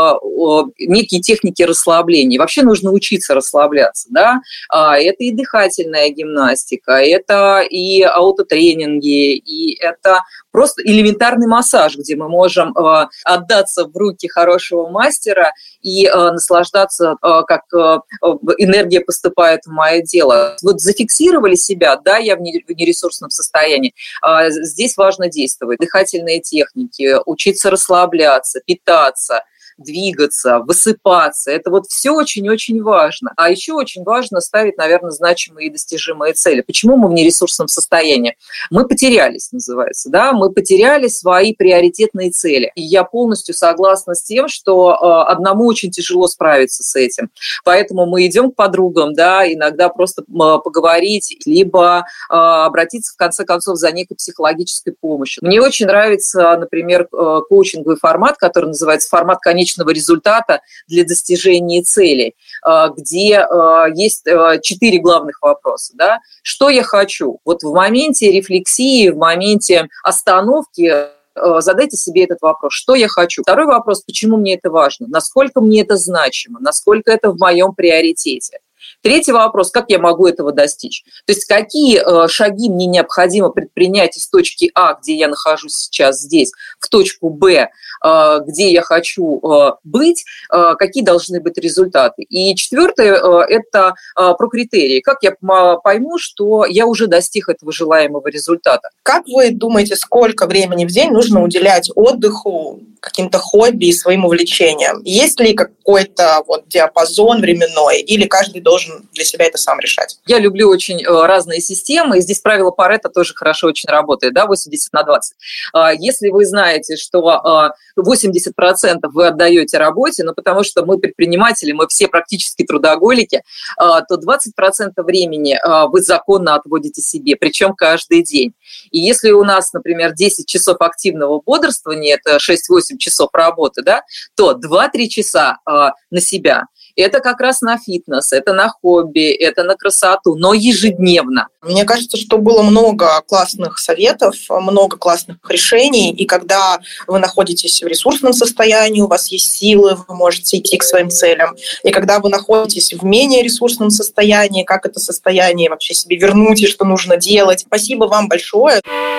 Speaker 6: некие техники расслабления. Вообще нужно учиться расслабляться. Да? Это и дыхательная гимнастика, это и аутотренинги, и это просто Просто элементарный массаж, где мы можем э, отдаться в руки хорошего мастера и э, наслаждаться, э, как э, энергия поступает в мое тело. Вот зафиксировали себя, да, я в нересурсном состоянии. Э, здесь важно действовать. Дыхательные техники, учиться расслабляться, питаться, двигаться, высыпаться. Это вот все очень-очень важно. А еще очень важно ставить, наверное, значимые и достижимые цели. Почему мы в нересурсном состоянии? Мы потерялись, называется, да, мы потеряли свои приоритетные цели. И я полностью согласна с тем, что э, одному очень тяжело справиться с этим. Поэтому мы идем к подругам, да, иногда просто э, поговорить, либо э, обратиться, в конце концов, за некой психологической помощью. Мне очень нравится, например, э, коучинговый формат, который называется формат конечного результата для достижения целей, где есть четыре главных вопроса. Да? Что я хочу? Вот в моменте рефлексии, в моменте остановки задайте себе этот вопрос. Что я хочу? Второй вопрос, почему мне это важно? Насколько мне это значимо? Насколько это в моем приоритете? Третий вопрос, как я могу этого достичь? То есть какие э, шаги мне необходимо предпринять из точки А, где я нахожусь сейчас здесь, в точку Б, э, где я хочу э, быть, э, какие должны быть результаты? И четвертое э, – это э, про критерии. Как я пойму, что я уже достиг этого желаемого результата?
Speaker 2: Как вы думаете, сколько времени в день нужно уделять отдыху, каким-то хобби и своим увлечениям? Есть ли какой-то вот диапазон временной, или каждый должен для себя это сам решать?
Speaker 6: Я люблю очень разные системы, и здесь правило Парето тоже хорошо очень работает, да, восемьдесят на двадцать. Если вы знаете, что восемьдесят процентов вы отдаете работе, ну, потому что мы предприниматели, мы все практически трудоголики, то двадцать процентов времени вы законно отводите себе, причем каждый день. И если у нас, например, десять часов активного бодрствования, это шесть-восемь часов работы, да, то два-три часа на себя. Это как раз на фитнес, это на хобби, это на красоту, но ежедневно.
Speaker 2: Мне кажется, что было много классных советов, много классных решений, и когда вы находитесь в ресурсном состоянии, у вас есть силы, вы можете идти к своим целям, и когда вы находитесь в менее ресурсном состоянии, как это состояние вообще себе вернуть и что нужно делать. Спасибо вам большое.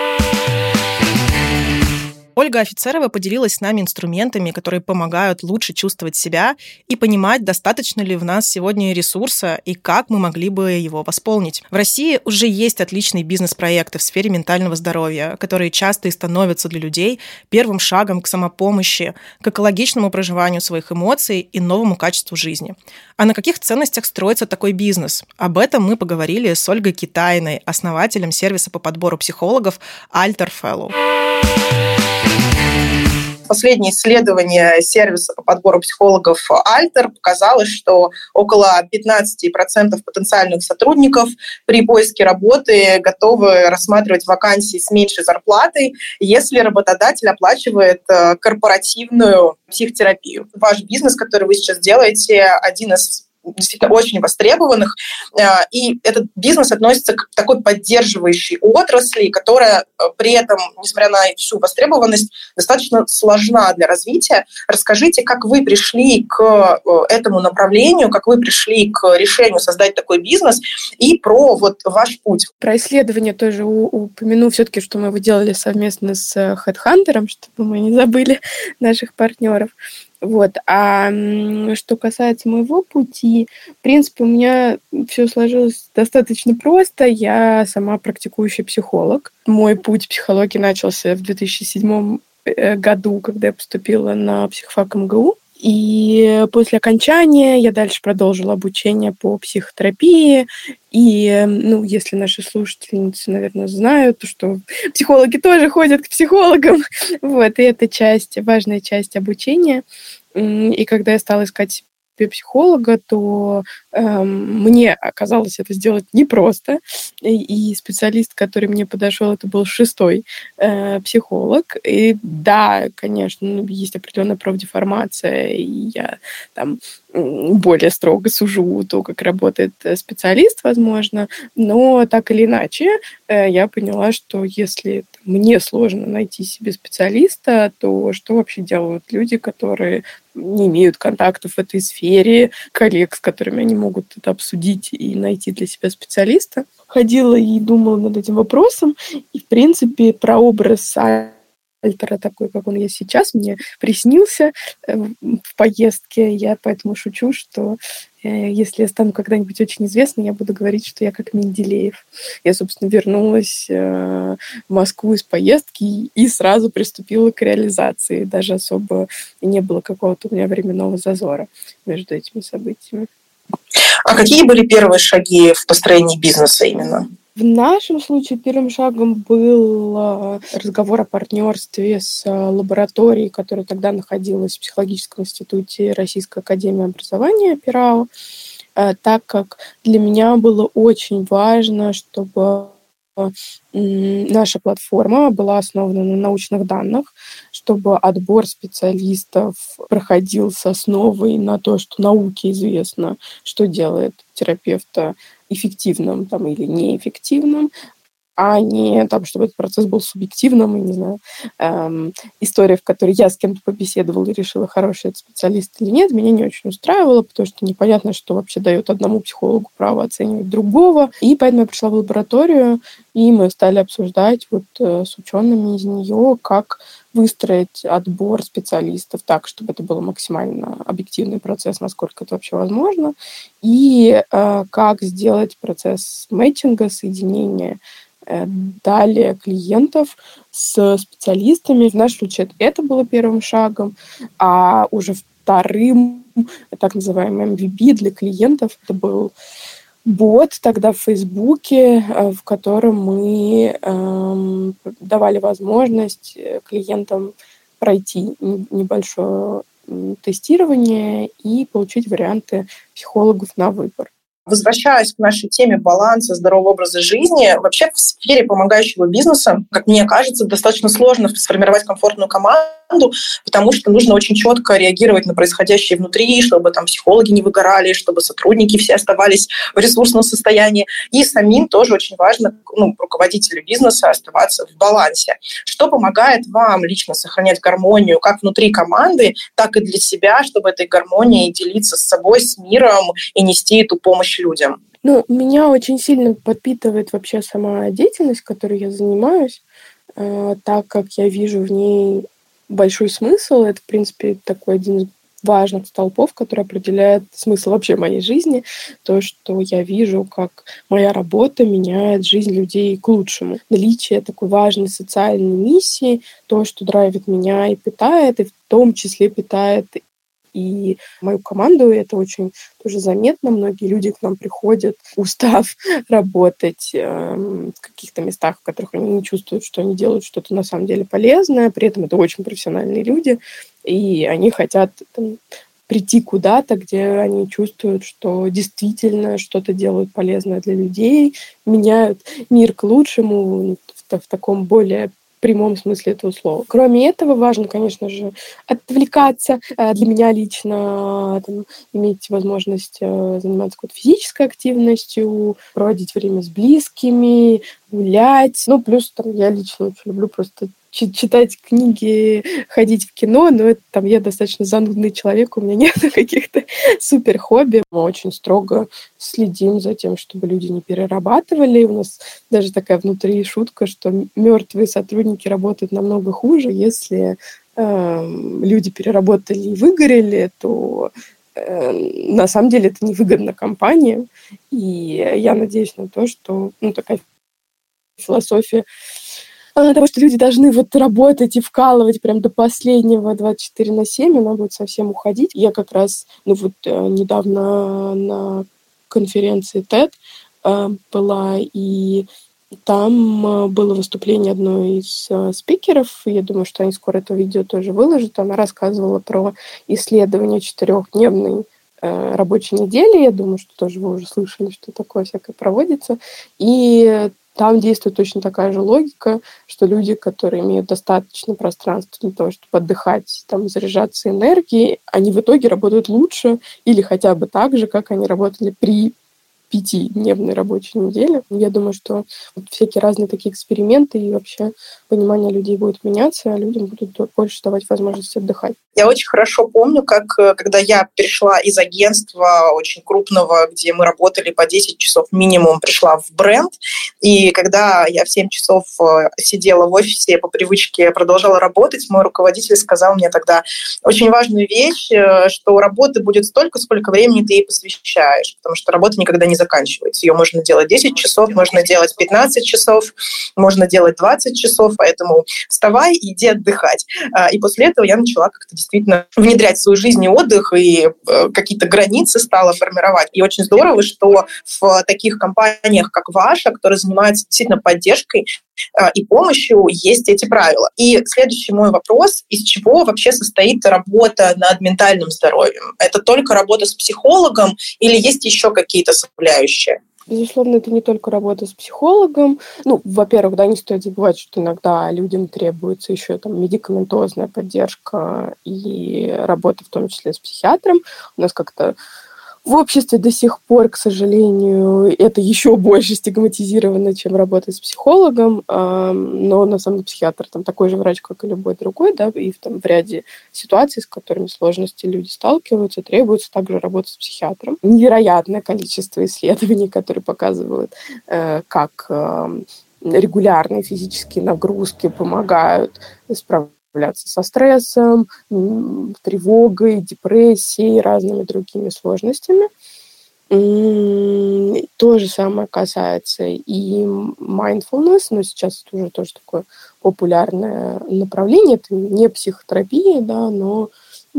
Speaker 1: Ольга Офицерова поделилась с нами инструментами, которые помогают лучше чувствовать себя и понимать, достаточно ли в нас сегодня ресурса и как мы могли бы его восполнить. В России уже есть отличные бизнес-проекты в сфере ментального здоровья, которые часто и становятся для людей первым шагом к самопомощи, к экологичному проживанию своих эмоций и новому качеству жизни. А на каких ценностях строится такой бизнес? Об этом мы поговорили с Ольгой Китайной, основателем сервиса по подбору психологов Alter Fellow.
Speaker 2: Последнее исследование сервиса по подбору психологов Alter показало, что около пятнадцать процентов потенциальных сотрудников при поиске работы готовы рассматривать вакансии с меньшей зарплатой, если работодатель оплачивает корпоративную психотерапию. Ваш бизнес, который вы сейчас делаете, один из действительно очень востребованных, и этот бизнес относится к такой поддерживающей отрасли, которая при этом, несмотря на всю востребованность, достаточно сложна для развития. Расскажите, как вы пришли к этому направлению, как вы пришли к решению создать такой бизнес, и про вот ваш путь.
Speaker 7: Про исследование тоже упомяну все-таки, что мы его делали совместно с HeadHunter, чтобы мы не забыли наших партнеров. Вот. А что касается моего пути, в принципе, у меня все сложилось достаточно просто. Я сама практикующий психолог. Мой путь в психологии начался в две тысячи седьмом году, когда я поступила на психфак эм гэ у. И после окончания я дальше продолжила обучение по психотерапии. И, ну, если наши слушательницы, наверное, знают, что психологи тоже ходят к психологам. Вот, и это часть, важная часть обучения. И когда я стала искать психолога, то э, мне оказалось это сделать непросто. И, и специалист, который мне подошел, это был шестой э, психолог. И да, конечно, ну, есть определенная профдеформация, и я там более строго сужу то, как работает специалист, возможно, но так или иначе э, я поняла, что если мне сложно найти себе специалиста, то что вообще делают люди, которые не имеют контактов в этой сфере, коллег, с которыми они могут это обсудить и найти для себя специалиста. Ходила и думала над этим вопросом, и, в принципе, прообраз Альтера такой, как он есть сейчас, мне приснился в поездке. Я поэтому шучу, что э, если я стану когда-нибудь очень известной, я буду говорить, что я как Менделеев. Я, собственно, вернулась э, в Москву из поездки и сразу приступила к реализации. Даже особо не было какого-то у меня временного зазора между этими событиями.
Speaker 2: А какие были первые шаги в построении бизнеса именно?
Speaker 7: В нашем случае первым шагом был разговор о партнерстве с лабораторией, которая тогда находилась в психологическом институте Российской академии образования ПИРАО, так как для меня было очень важно, чтобы наша платформа была основана на научных данных, чтобы отбор специалистов проходил с основой на то, что науке известно, что делает терапевта эффективным там, или неэффективным, а не там, чтобы этот процесс был субъективным, и, не знаю, эм, история, в которой я с кем-то побеседовала и решила, хороший это специалист или нет, меня не очень устраивала, потому что непонятно, что вообще дает одному психологу право оценивать другого. И поэтому я пришла в лабораторию, и мы стали обсуждать вот э, с учеными из нее, как выстроить отбор специалистов так, чтобы это был максимально объективный процесс, насколько это вообще возможно, и э, как сделать процесс мэтчинга, соединения далее клиентов с специалистами. В нашем случае это было первым шагом, а уже вторым, так называемый эм ви пи для клиентов, это был бот тогда в Фейсбуке, в котором мы э, давали возможность клиентам пройти небольшое тестирование и получить варианты психологов на выбор.
Speaker 2: Возвращаясь к нашей теме баланса, здорового образа жизни, вообще в сфере помогающего бизнеса, как мне кажется, достаточно сложно сформировать комфортную команду, потому что нужно очень четко реагировать на происходящее внутри, чтобы там психологи не выгорали, чтобы сотрудники все оставались в ресурсном состоянии. И самим тоже очень важно, ну, руководителю бизнеса оставаться в балансе. Что помогает вам лично сохранять гармонию как внутри команды, так и для себя, чтобы этой гармонией делиться с собой, с миром и нести эту помощь людям?
Speaker 7: Ну, меня очень сильно подпитывает вообще сама деятельность, которой я занимаюсь, э, так как я вижу в ней большой смысл. Это, в принципе, такой один из важных столпов, который определяет смысл вообще моей жизни. То, что я вижу, как моя работа меняет жизнь людей к лучшему. Наличие такой важной социальной миссии, то, что драйвит меня и питает, и в том числе питает и мою команду, это очень тоже заметно. Многие люди к нам приходят, устав работать э, в каких-то местах, в которых они не чувствуют, что они делают что-то на самом деле полезное. При этом это очень профессиональные люди, и они хотят там, прийти куда-то, где они чувствуют, что действительно что-то делают полезное для людей, меняют мир к лучшему в, в таком более в прямом смысле этого слова. Кроме этого, важно, конечно же, отвлекаться. Для меня лично там, иметь возможность заниматься какой-то физической активностью, проводить время с близкими, гулять. Ну, плюс там, я лично очень люблю просто читать книги, ходить в кино, но это там я достаточно занудный человек, у меня нет каких-то супер хобби. Мы очень строго следим за тем, чтобы люди не перерабатывали. У нас даже такая внутри шутка, что мертвые сотрудники работают намного хуже. Если э, люди переработали и выгорели, то э, на самом деле это невыгодно компаниям. И я надеюсь на то, что ну, такая философия того, что люди должны вот работать и вкалывать прям до последнего двадцать четыре на семь, она будет совсем уходить. Я как раз, ну вот недавно на конференции тед была, и там было выступление одной из спикеров, я думаю, что они скоро это видео тоже выложат. Она рассказывала про исследование четырехдневной рабочей недели. Я думаю, что тоже вы уже слышали, что такое всякое проводится. И там действует точно такая же логика, что люди, которые имеют достаточно пространства для того, чтобы отдыхать, там, заряжаться энергией, они в итоге работают лучше или хотя бы так же, как они работали при пятидневной рабочей неделе. Я думаю, что всякие разные такие эксперименты и вообще понимание людей будет меняться, а людям будут больше давать возможность отдыхать.
Speaker 2: Я очень хорошо помню, как когда я перешла из агентства очень крупного, где мы работали по десять часов минимум, пришла в бренд, и когда я в семь часов сидела в офисе, по привычке продолжала работать, мой руководитель сказал мне тогда очень важную вещь, что работы будет столько, сколько времени ты ей посвящаешь, потому что работа никогда не заканчивается. Ее можно делать десять часов, можно делать пятнадцать часов, можно делать двадцать часов, поэтому вставай и иди отдыхать. И после этого я начала как-то действительно внедрять в свою жизнь и отдых, и какие-то границы стала формировать. И очень здорово, что в таких компаниях, как ваша, которые занимаются действительно поддержкой и помощью, есть эти правила. И следующий мой вопрос: из чего вообще состоит работа над ментальным здоровьем? Это только работа с психологом или есть еще какие-то составляющие?
Speaker 7: Безусловно, это не только работа с психологом. Ну, во-первых, да, не стоит забывать, что иногда людям требуется еще там медикаментозная поддержка и работа в том числе с психиатром. У нас как-то в обществе до сих пор, к сожалению, это еще больше стигматизировано, чем работа с психологом, но на самом деле психиатр там такой же врач, как и любой другой, да, и в, там, в ряде ситуаций, с которыми сложности люди сталкиваются, требуется также работа с психиатром. Невероятное количество исследований, которые показывают, как регулярные физические нагрузки помогают справляться со стрессом, тревогой, депрессией, разными другими сложностями. То же самое касается и mindfulness, но сейчас это уже тоже такое популярное направление. Это не психотерапия, да, но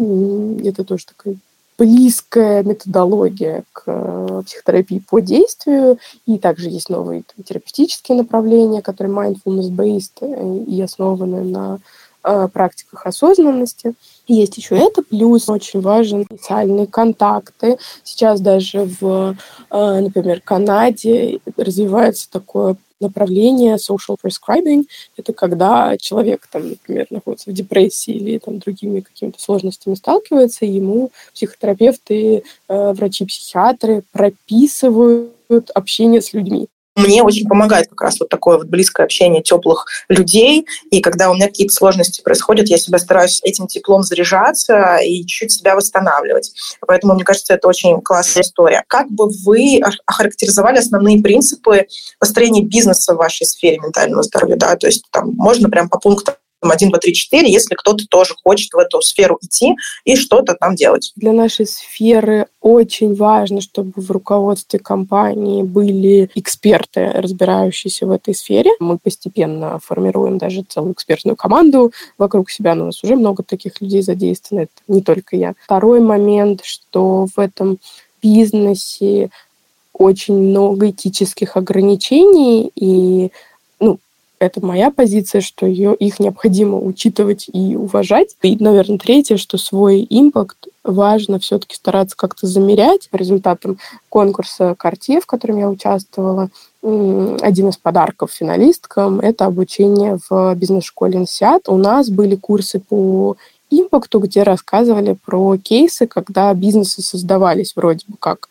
Speaker 7: это тоже такая близкая методология к психотерапии по действию. И также есть новые там, терапевтические направления, которые mindfulness-based и основаны на практиках осознанности. Есть еще это, плюс очень важны социальные контакты. Сейчас даже в, например, Канаде развивается такое направление social prescribing. Это когда человек, там, например, находится в депрессии или там, другими какими-то сложностями сталкивается, и ему психотерапевты, врачи-психиатры прописывают общение с людьми.
Speaker 2: Мне очень помогает как раз вот такое вот близкое общение теплых людей. И когда у меня какие-то сложности происходят, я себя стараюсь этим теплом заряжаться и чуть-чуть себя восстанавливать. Поэтому, мне кажется, это очень классная история. Как бы вы охарактеризовали основные принципы построения бизнеса в вашей сфере ментального здоровья? Да? То есть там можно прям по пунктам один, два, три, четыре, если кто-то тоже хочет в эту сферу идти и что-то там делать.
Speaker 7: Для нашей сферы очень важно, чтобы в руководстве компании были эксперты, разбирающиеся в этой сфере. Мы постепенно формируем даже целую экспертную команду вокруг себя, но у нас уже много таких людей задействовано, это не только я. Второй момент, что в этом бизнесе очень много этических ограничений, и ну, это моя позиция, что ее, их необходимо учитывать и уважать. И, наверное, третье, что свой импакт важно все-таки стараться как-то замерять. По результатам конкурса Cartier, в котором я участвовала, один из подарков финалисткам – это обучение в бизнес-школе инсиат. У нас были курсы по импакту, где рассказывали про кейсы, когда бизнесы создавались вроде бы как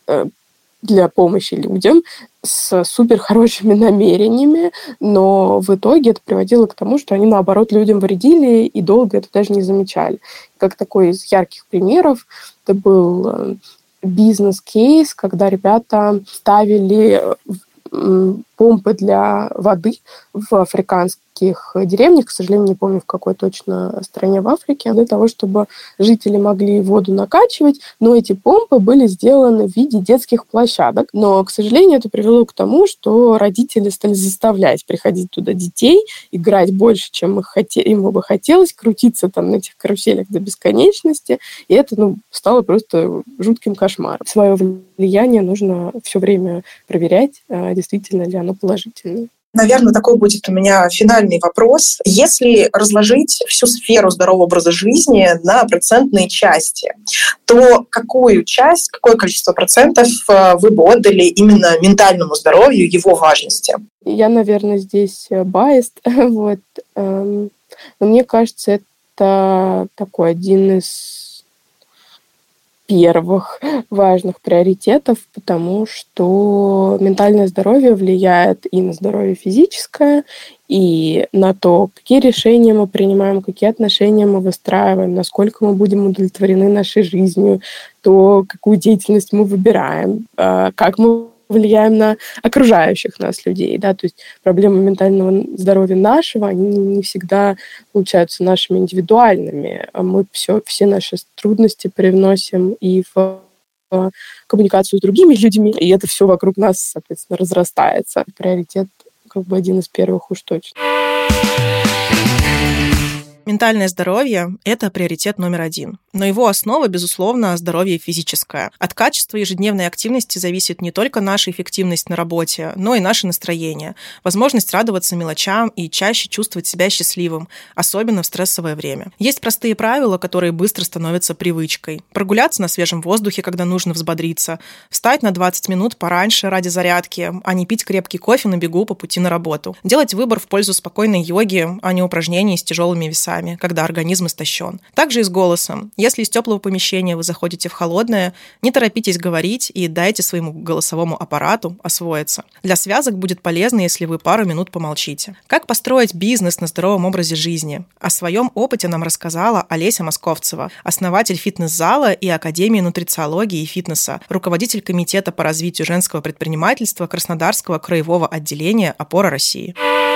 Speaker 7: для помощи людям с супер хорошими намерениями, но в итоге это приводило к тому, что они, наоборот, людям вредили и долго это даже не замечали. Как такой из ярких примеров, это был бизнес-кейс, когда ребята ставили помпы для воды в африканских деревнях, к сожалению, не помню, в какой точно стране в Африке, для того, чтобы жители могли воду накачивать, но эти помпы были сделаны в виде детских площадок. Но, к сожалению, это привело к тому, что родители стали заставлять приходить туда детей, играть больше, чем их хоте- им бы хотелось, крутиться там на этих каруселях до бесконечности, и это ну, стало просто жутким кошмаром. Свое влияние нужно все время проверять, действительно ли оно положительное.
Speaker 2: Наверное, такой будет у меня финальный вопрос. Если разложить всю сферу здорового образа жизни на процентные части, то какую часть, какое количество процентов вы бы отдали именно ментальному здоровью, его важности?
Speaker 7: Я, наверное, здесь biased, вот. Но мне кажется, это такой один из первых важных приоритетов, потому что ментальное здоровье влияет и на здоровье физическое, и на то, какие решения мы принимаем, какие отношения мы выстраиваем, насколько мы будем удовлетворены нашей жизнью, то, какую деятельность мы выбираем, как мы влияем на окружающих нас людей. Да? То есть проблемы ментального здоровья нашего, они не всегда получаются нашими индивидуальными. Мы все, все наши трудности привносим и в коммуникацию с другими людьми, и это все вокруг нас, соответственно, разрастается. Приоритет как бы один из первых уж точно.
Speaker 1: Ментальное здоровье – это приоритет номер один. Но его основа, безусловно, здоровье физическое. От качества ежедневной активности зависит не только наша эффективность на работе, но и наше настроение, возможность радоваться мелочам и чаще чувствовать себя счастливым, особенно в стрессовое время. Есть простые правила, которые быстро становятся привычкой. Прогуляться на свежем воздухе, когда нужно взбодриться, встать на двадцать минут пораньше ради зарядки, а не пить крепкий кофе на бегу по пути на работу. Делать выбор в пользу спокойной йоги, а не упражнений с тяжелыми весами, когда организм истощен. Также и с голосом. Если из теплого помещения вы заходите в холодное, не торопитесь говорить и дайте своему голосовому аппарату освоиться. Для связок будет полезно, если вы пару минут помолчите. Как построить бизнес на здоровом образе жизни? О своем опыте нам рассказала Олеся Московцева, основатель фитнес-зала и Академии нутрициологии и фитнеса, руководитель комитета по развитию женского предпринимательства Краснодарского краевого отделения «Опора России».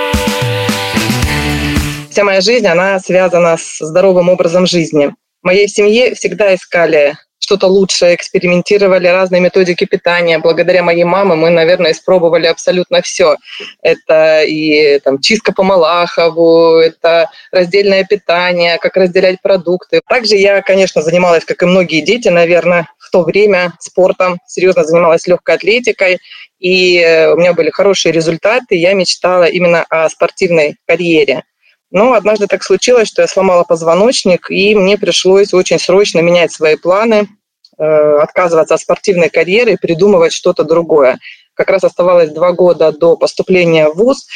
Speaker 8: Вся моя жизнь, она связана с здоровым образом жизни. В моей семье всегда искали что-то лучшее, экспериментировали разные методики питания. Благодаря моей маме мы, наверное, испробовали абсолютно все. Это и там, чистка по Малахову, это раздельное питание, как разделять продукты. Также я, конечно, занималась, как и многие дети, наверное, в то время спортом, серьезно занималась легкой атлетикой. И у меня были хорошие результаты. Я мечтала именно о спортивной карьере. Но однажды так случилось, что я сломала позвоночник, и мне пришлось очень срочно менять свои планы, э, отказываться от спортивной карьеры и придумывать что-то другое. Как раз оставалось два года до поступления в вуз,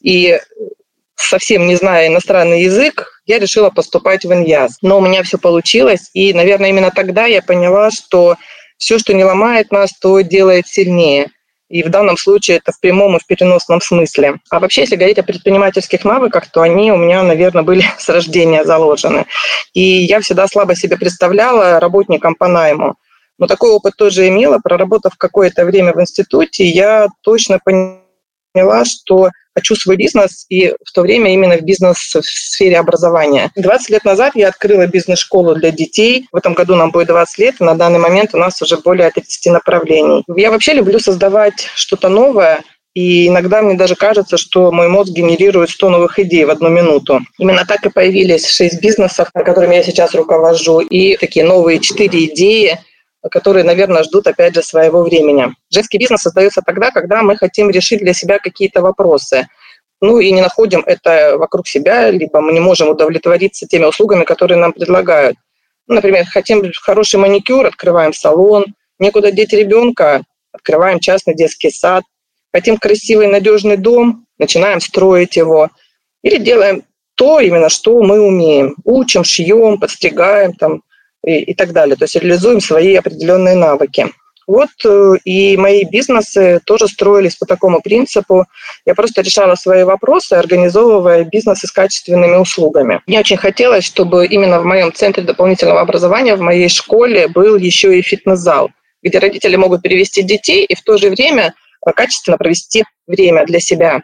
Speaker 8: и совсем не зная иностранный язык, я решила поступать в ИНЯС. Но у меня все получилось, и, наверное, именно тогда я поняла, что все, что не ломает нас, то делает сильнее. И в данном случае это в прямом и в переносном смысле. А вообще, если говорить о предпринимательских навыках, то они у меня, наверное, были с рождения заложены. И я всегда слабо себе представляла работником по найму. Но такой опыт тоже имела. Проработав какое-то время в институте, я точно поняла, что хочу свой бизнес, и в то время именно в бизнес в сфере образования. двадцать лет назад я открыла бизнес-школу для детей. В этом году нам будет двадцать лет, и на данный момент у нас уже более тридцать направлений. Я вообще люблю создавать что-то новое, и иногда мне даже кажется, что мой мозг генерирует сто новых идей в одну минуту. Именно так и появились шесть бизнесов, которыми я сейчас руковожу, и такие новые четыре идеи, которые, наверное, ждут, опять же, своего времени. Женский бизнес создается тогда, когда мы хотим решить для себя какие-то вопросы. Ну и не находим это вокруг себя, либо мы не можем удовлетвориться теми услугами, которые нам предлагают. Ну, например, хотим хороший маникюр, открываем салон. Некуда деть ребенка, открываем частный детский сад. Хотим красивый, надежный дом, начинаем строить его. Или делаем то именно, что мы умеем. Учим, шьем, подстригаем, там, И, и так далее. То есть реализуем свои определенные навыки. Вот и мои бизнесы тоже строились по такому принципу. Я просто решала свои вопросы, организовывая бизнесы с качественными услугами. Мне очень хотелось, чтобы именно в моем центре дополнительного образования, в моей школе, был еще и фитнес-зал, где родители могут перевести детей и в то же время качественно провести время для себя.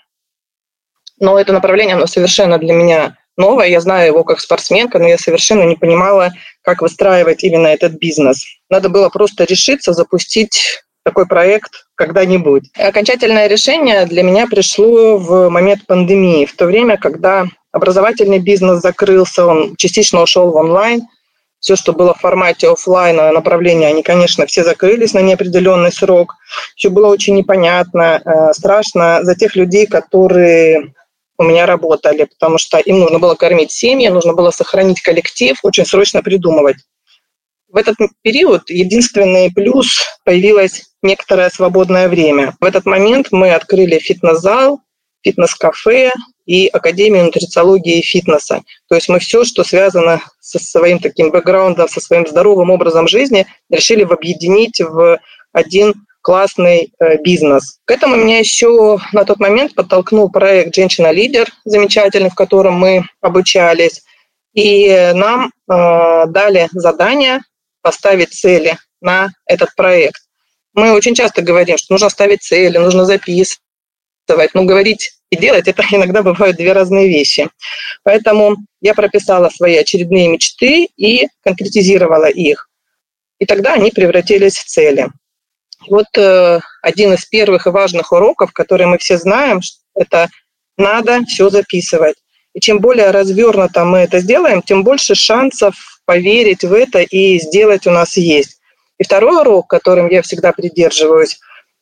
Speaker 8: Но это направление, оно совершенно для меня новое. Я знаю его как спортсменка, но я совершенно не понимала, как выстраивать именно этот бизнес. Надо было просто решиться запустить такой проект когда-нибудь. Окончательное решение для меня пришло в момент пандемии, в то время, когда образовательный бизнес закрылся, он частично ушел в онлайн. Все, что было в формате офлайна, направления, они, конечно, все закрылись на неопределенный срок. Все было очень непонятно, страшно за тех людей, которые у меня работали, потому что им нужно было кормить семьи, нужно было сохранить коллектив, очень срочно придумывать. В этот период единственный плюс – появилось некоторое свободное время. В этот момент мы открыли фитнес-зал, фитнес-кафе и Академию нутрициологии и фитнеса. То есть мы все, что связано со своим таким бэкграундом, со своим здоровым образом жизни, решили объединить в один классный э, бизнес. К этому меня еще на тот момент подтолкнул проект «Женщина-лидер», замечательный, в котором мы обучались. И нам э, дали задание поставить цели на этот проект. Мы очень часто говорим, что нужно ставить цели, нужно записывать, но говорить и делать – это иногда бывают две разные вещи. Поэтому я прописала свои очередные мечты и конкретизировала их. И тогда они превратились в цели. Вот э, один из первых и важных уроков, который мы все знаем, это надо все записывать. И чем более развернуто мы это сделаем, тем больше шансов поверить в это и сделать у нас есть. И второй урок, которым я всегда придерживаюсь,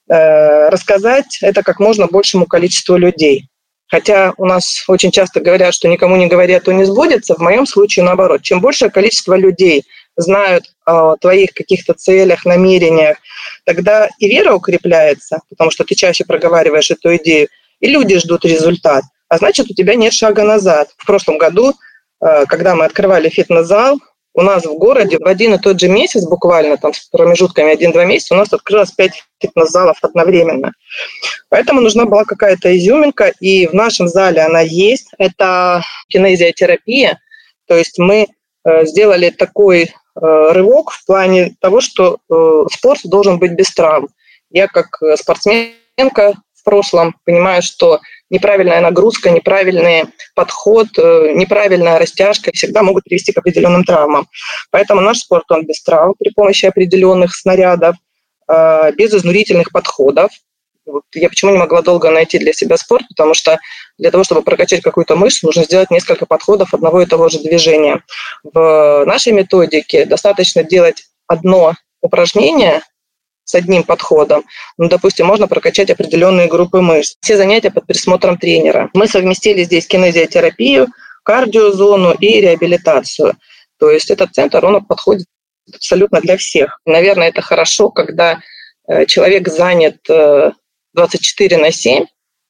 Speaker 8: э, рассказать это как можно большему количеству людей. Хотя у нас очень часто говорят, что никому не говоря, то не сбудется. В моем случае наоборот. Чем большее количество людей знают о твоих каких-то целях, намерениях, тогда и вера укрепляется, потому что ты чаще проговариваешь эту идею, и люди ждут результат. А значит, у тебя нет шага назад. В прошлом году, когда мы открывали фитнес-зал, у нас в городе в один и тот же месяц, буквально там с промежутками один-два месяца, у нас открылось пять фитнес-залов одновременно. Поэтому нужна была какая-то изюминка, и в нашем зале она есть. Это кинезиотерапия, то есть мы сделали такой рывок в плане того, что спорт должен быть без травм. Я как спортсменка в прошлом понимаю, что неправильная нагрузка, неправильный подход, неправильная растяжка всегда могут привести к определенным травмам. Поэтому наш спорт, он без травм при помощи определенных снарядов, без изнурительных подходов. Вот я почему не могла долго найти для себя спорт, потому что для того, чтобы прокачать какую-то мышцу, нужно сделать несколько подходов одного и того же движения. В нашей методике достаточно делать одно упражнение с одним подходом. Ну, допустим, можно прокачать определенные группы мышц. Все занятия под присмотром тренера. Мы совместили здесь кинезиотерапию, кардиозону и реабилитацию. То есть этот центр, он подходит абсолютно для всех. Наверное, это хорошо, когда человек занят двадцать четыре на семь,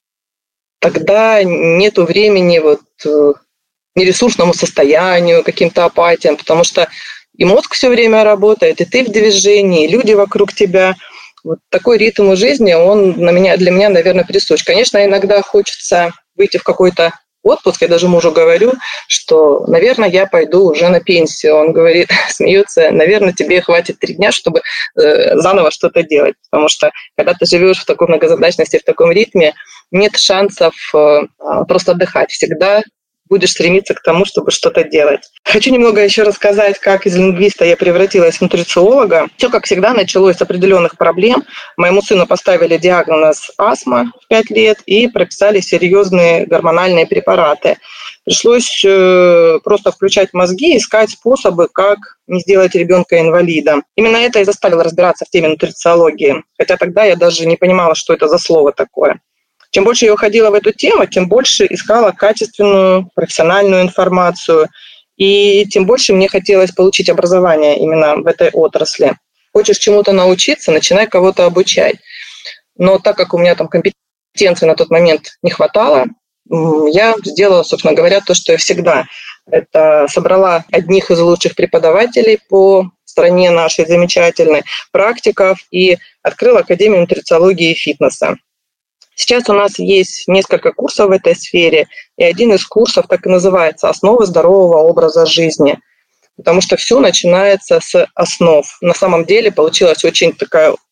Speaker 8: тогда нет времени вот нересурсному состоянию, каким-то апатиям, потому что и мозг все время работает, и ты в движении, и люди вокруг тебя. Вот такой ритм жизни, он на меня, для меня, наверное, присущ. Конечно, иногда хочется выйти в какой-то отпуск. Я даже мужу говорю, что, наверное, я пойду уже на пенсию. Он говорит, смеется, наверное, тебе хватит три дня, чтобы э, заново что-то делать. Потому что, когда ты живешь в такой многозадачности, в таком ритме, нет шансов э, просто отдыхать. Всегда будешь стремиться к тому, чтобы что-то делать. Хочу немного еще рассказать, как из лингвиста я превратилась в нутрициолога. Все, как всегда, началось с определенных проблем. Моему сыну поставили диагноз астма в пять лет и прописали серьезные гормональные препараты. Пришлось э, просто включать мозги, искать способы, как не сделать ребенка инвалидом. Именно это и заставило разбираться в теме нутрициологии. Хотя тогда я даже не понимала, что это за слово такое. Чем больше я уходила в эту тему, тем больше искала качественную профессиональную информацию, и тем больше мне хотелось получить образование именно в этой отрасли. Хочешь чему-то научиться, начинай кого-то обучать. Но так как у меня там компетенции на тот момент не хватало, я сделала, собственно говоря, то, что я всегда. Это собрала одних из лучших преподавателей по стране нашей замечательной, практиков, и открыла Академию нутрициологии и фитнеса. Сейчас у нас есть несколько курсов в этой сфере, и один из курсов так и называется «Основы здорового образа жизни», потому что все начинается с основ. На самом деле получилась очень такая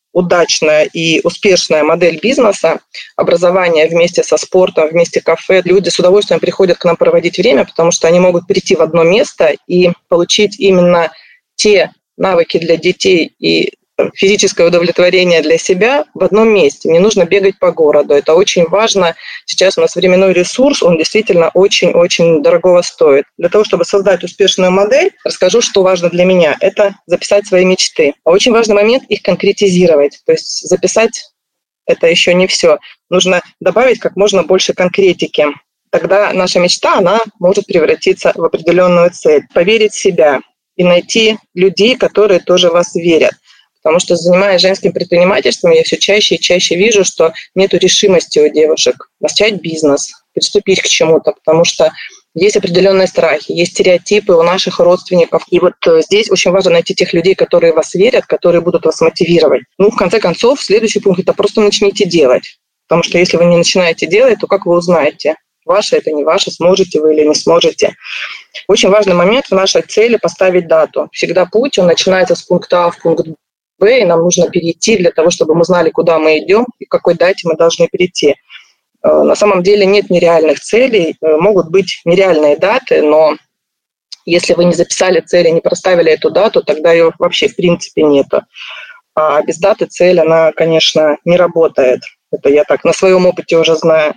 Speaker 8: удачная и успешная модель бизнеса, образование вместе со спортом, вместе кафе, люди с удовольствием приходят к нам проводить время, потому что они могут прийти в одно место и получить именно те навыки для детей и физическое удовлетворение для себя в одном месте. Не нужно бегать по городу. Это очень важно. Сейчас у нас временной ресурс, он действительно очень-очень дорогого стоит. Для того, чтобы создать успешную модель, расскажу, что важно для меня. Это записать свои мечты. А очень важный момент — их конкретизировать. То есть записать — это еще не все. Нужно добавить как можно больше конкретики. Тогда наша мечта, она может превратиться в определенную цель. Поверить в себя и найти людей, которые тоже в вас верят. Потому что, занимаясь женским предпринимательством, я все чаще и чаще вижу, что нет решимости у девушек начать бизнес, приступить к чему-то, потому что есть определенные страхи, есть стереотипы у наших родственников. И вот здесь очень важно найти тех людей, которые в вас верят, которые будут вас мотивировать. Ну, в конце концов, следующий пункт — это просто начните делать. Потому что если вы не начинаете делать, то как вы узнаете, ваше это не ваше, сможете вы или не сможете. Очень важный момент в нашей цели — поставить дату. Всегда путь, он начинается с пункта А в пункт Б, и нам нужно перейти для того, чтобы мы знали, куда мы идем и к какой дате мы должны перейти. На самом деле нет нереальных целей, могут быть нереальные даты, но если вы не записали цель и не проставили эту дату, тогда ее вообще в принципе нету. А без даты цель, она, конечно, не работает. Это я так на своем опыте уже знаю.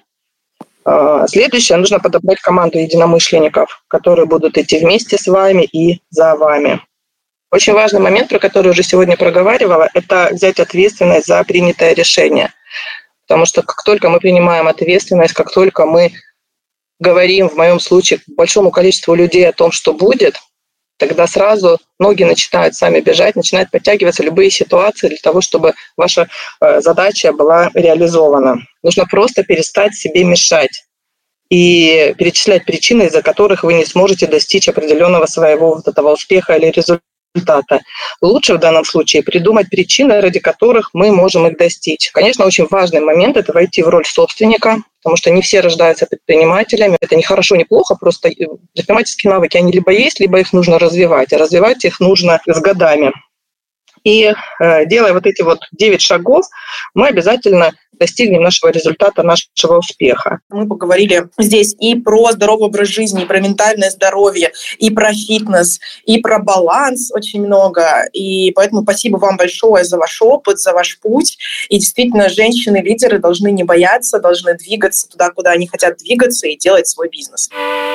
Speaker 8: Следующее, нужно подобрать команду единомышленников, которые будут идти вместе с вами и за вами. Очень важный момент, про который уже сегодня проговаривала, это взять ответственность за принятое решение. Потому что как только мы принимаем ответственность, как только мы говорим, в моем случае, большому количеству людей о том, что будет, тогда сразу ноги начинают сами бежать, начинают подтягиваться любые ситуации для того, чтобы ваша задача была реализована. Нужно просто перестать себе мешать и перечислять причины, из-за которых вы не сможете достичь определенного своего вот этого успеха или результата. результата. Лучше в данном случае придумать причины, ради которых мы можем их достичь. Конечно, очень важный момент — это войти в роль собственника, потому что не все рождаются предпринимателями. Это не хорошо, не плохо, просто предпринимательские навыки, они либо есть, либо их нужно развивать. А развивать их нужно с годами. И э, делая вот эти вот девять шагов, мы обязательно достигнем нашего результата, нашего успеха.
Speaker 2: Мы поговорили здесь и про здоровый образ жизни, и про ментальное здоровье, и про фитнес, и про баланс очень много. И поэтому спасибо вам большое за ваш опыт, за ваш путь. И действительно, женщины-лидеры должны не бояться, должны двигаться туда, куда они хотят двигаться, и делать свой бизнес.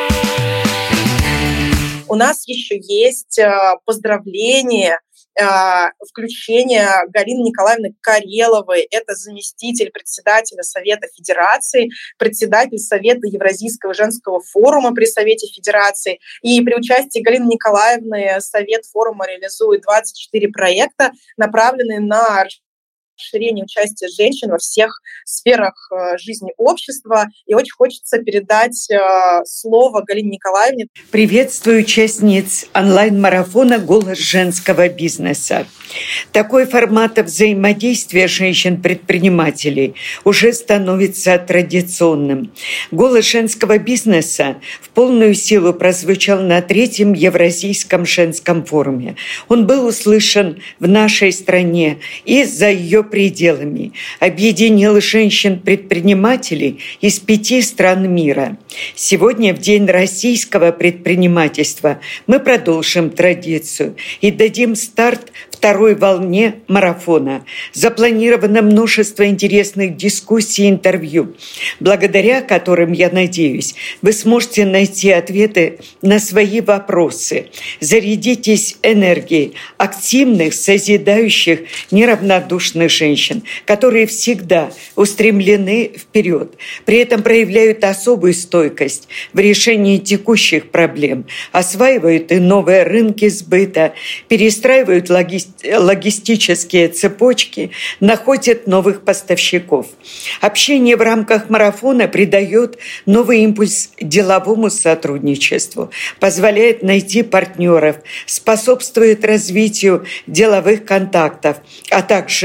Speaker 2: У нас еще есть поздравления, включение Галины Николаевны Кареловой. Это заместитель председателя Совета Федерации, председатель Совета Евразийского женского форума при Совете Федерации. И при участии Галины Николаевны Совет форума реализует двадцать четыре проекта, направленные на расширение участия женщин во всех сферах жизни общества. И очень хочется передать слово Галине Николаевне.
Speaker 9: Приветствую участниц онлайн-марафона «Голос женского бизнеса». Такой формат взаимодействия женщин-предпринимателей уже становится традиционным. «Голос женского бизнеса» в полную силу прозвучал на третьем Евразийском женском форуме. Он был услышан в нашей стране и за ее пределами, объединил женщин-предпринимателей из пяти стран мира. Сегодня, в День российского предпринимательства, мы продолжим традицию и дадим старт второй волне марафона. Запланировано множество интересных дискуссий и интервью, благодаря которым, я надеюсь, вы сможете найти ответы на свои вопросы. Зарядитесь энергией активных, созидающих, неравнодушных женщин, которые всегда устремлены вперед, при этом проявляют особую стойкость в решении текущих проблем, осваивают и новые рынки сбыта, перестраивают логистику, логистические цепочки, находят новых поставщиков. Общение в рамках марафона придает новый импульс деловому сотрудничеству, позволяет найти партнеров, способствует развитию деловых контактов, а также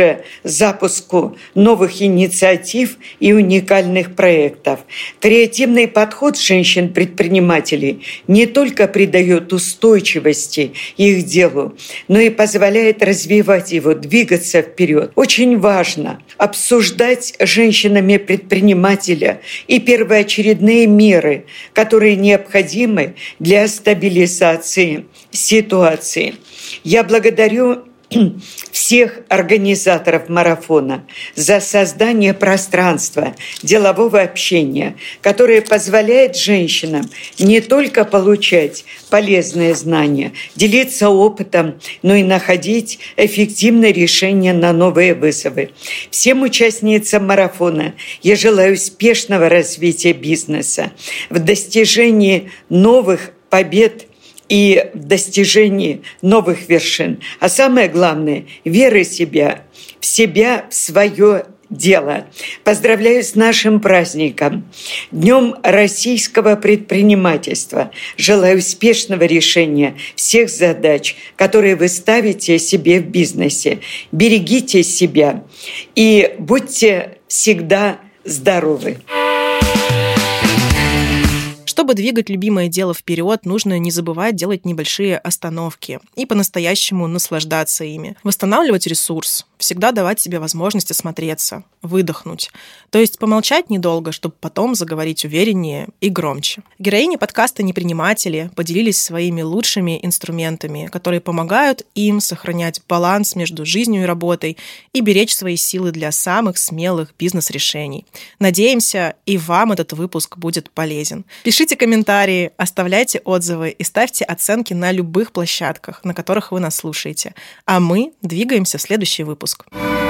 Speaker 9: запуску новых инициатив и уникальных проектов. Креативный подход женщин-предпринимателей не только придает устойчивости их делу, но и позволяет развивать его, двигаться вперед. Очень важно обсуждать с женщинами-предпринимателя и первоочередные меры, которые необходимы для стабилизации ситуации. Я благодарю всех организаторов марафона за создание пространства делового общения, которое позволяет женщинам не только получать полезные знания, делиться опытом, но и находить эффективные решения на новые вызовы. Всем участницам марафона я желаю успешного развития бизнеса, в достижении новых побед и в достижении новых вершин. А самое главное – веры в себя, в себя, в свое дело. Поздравляю с нашим праздником, Днем российского предпринимательства. Желаю успешного решения всех задач, которые вы ставите себе в бизнесе. Берегите себя и будьте всегда здоровы.
Speaker 1: Чтобы двигать любимое дело вперед, нужно не забывать делать небольшие остановки и по-настоящему наслаждаться ими. Восстанавливать ресурс, всегда давать себе возможность осмотреться, выдохнуть. То есть помолчать недолго, чтобы потом заговорить увереннее и громче. Героини подкаста «Неприниматели» поделились своими лучшими инструментами, которые помогают им сохранять баланс между жизнью и работой и беречь свои силы для самых смелых бизнес-решений. Надеемся, и вам этот выпуск будет полезен. Пишите комментарии, оставляйте отзывы и ставьте оценки на любых площадках, на которых вы нас слушаете. А мы двигаемся в следующий выпуск.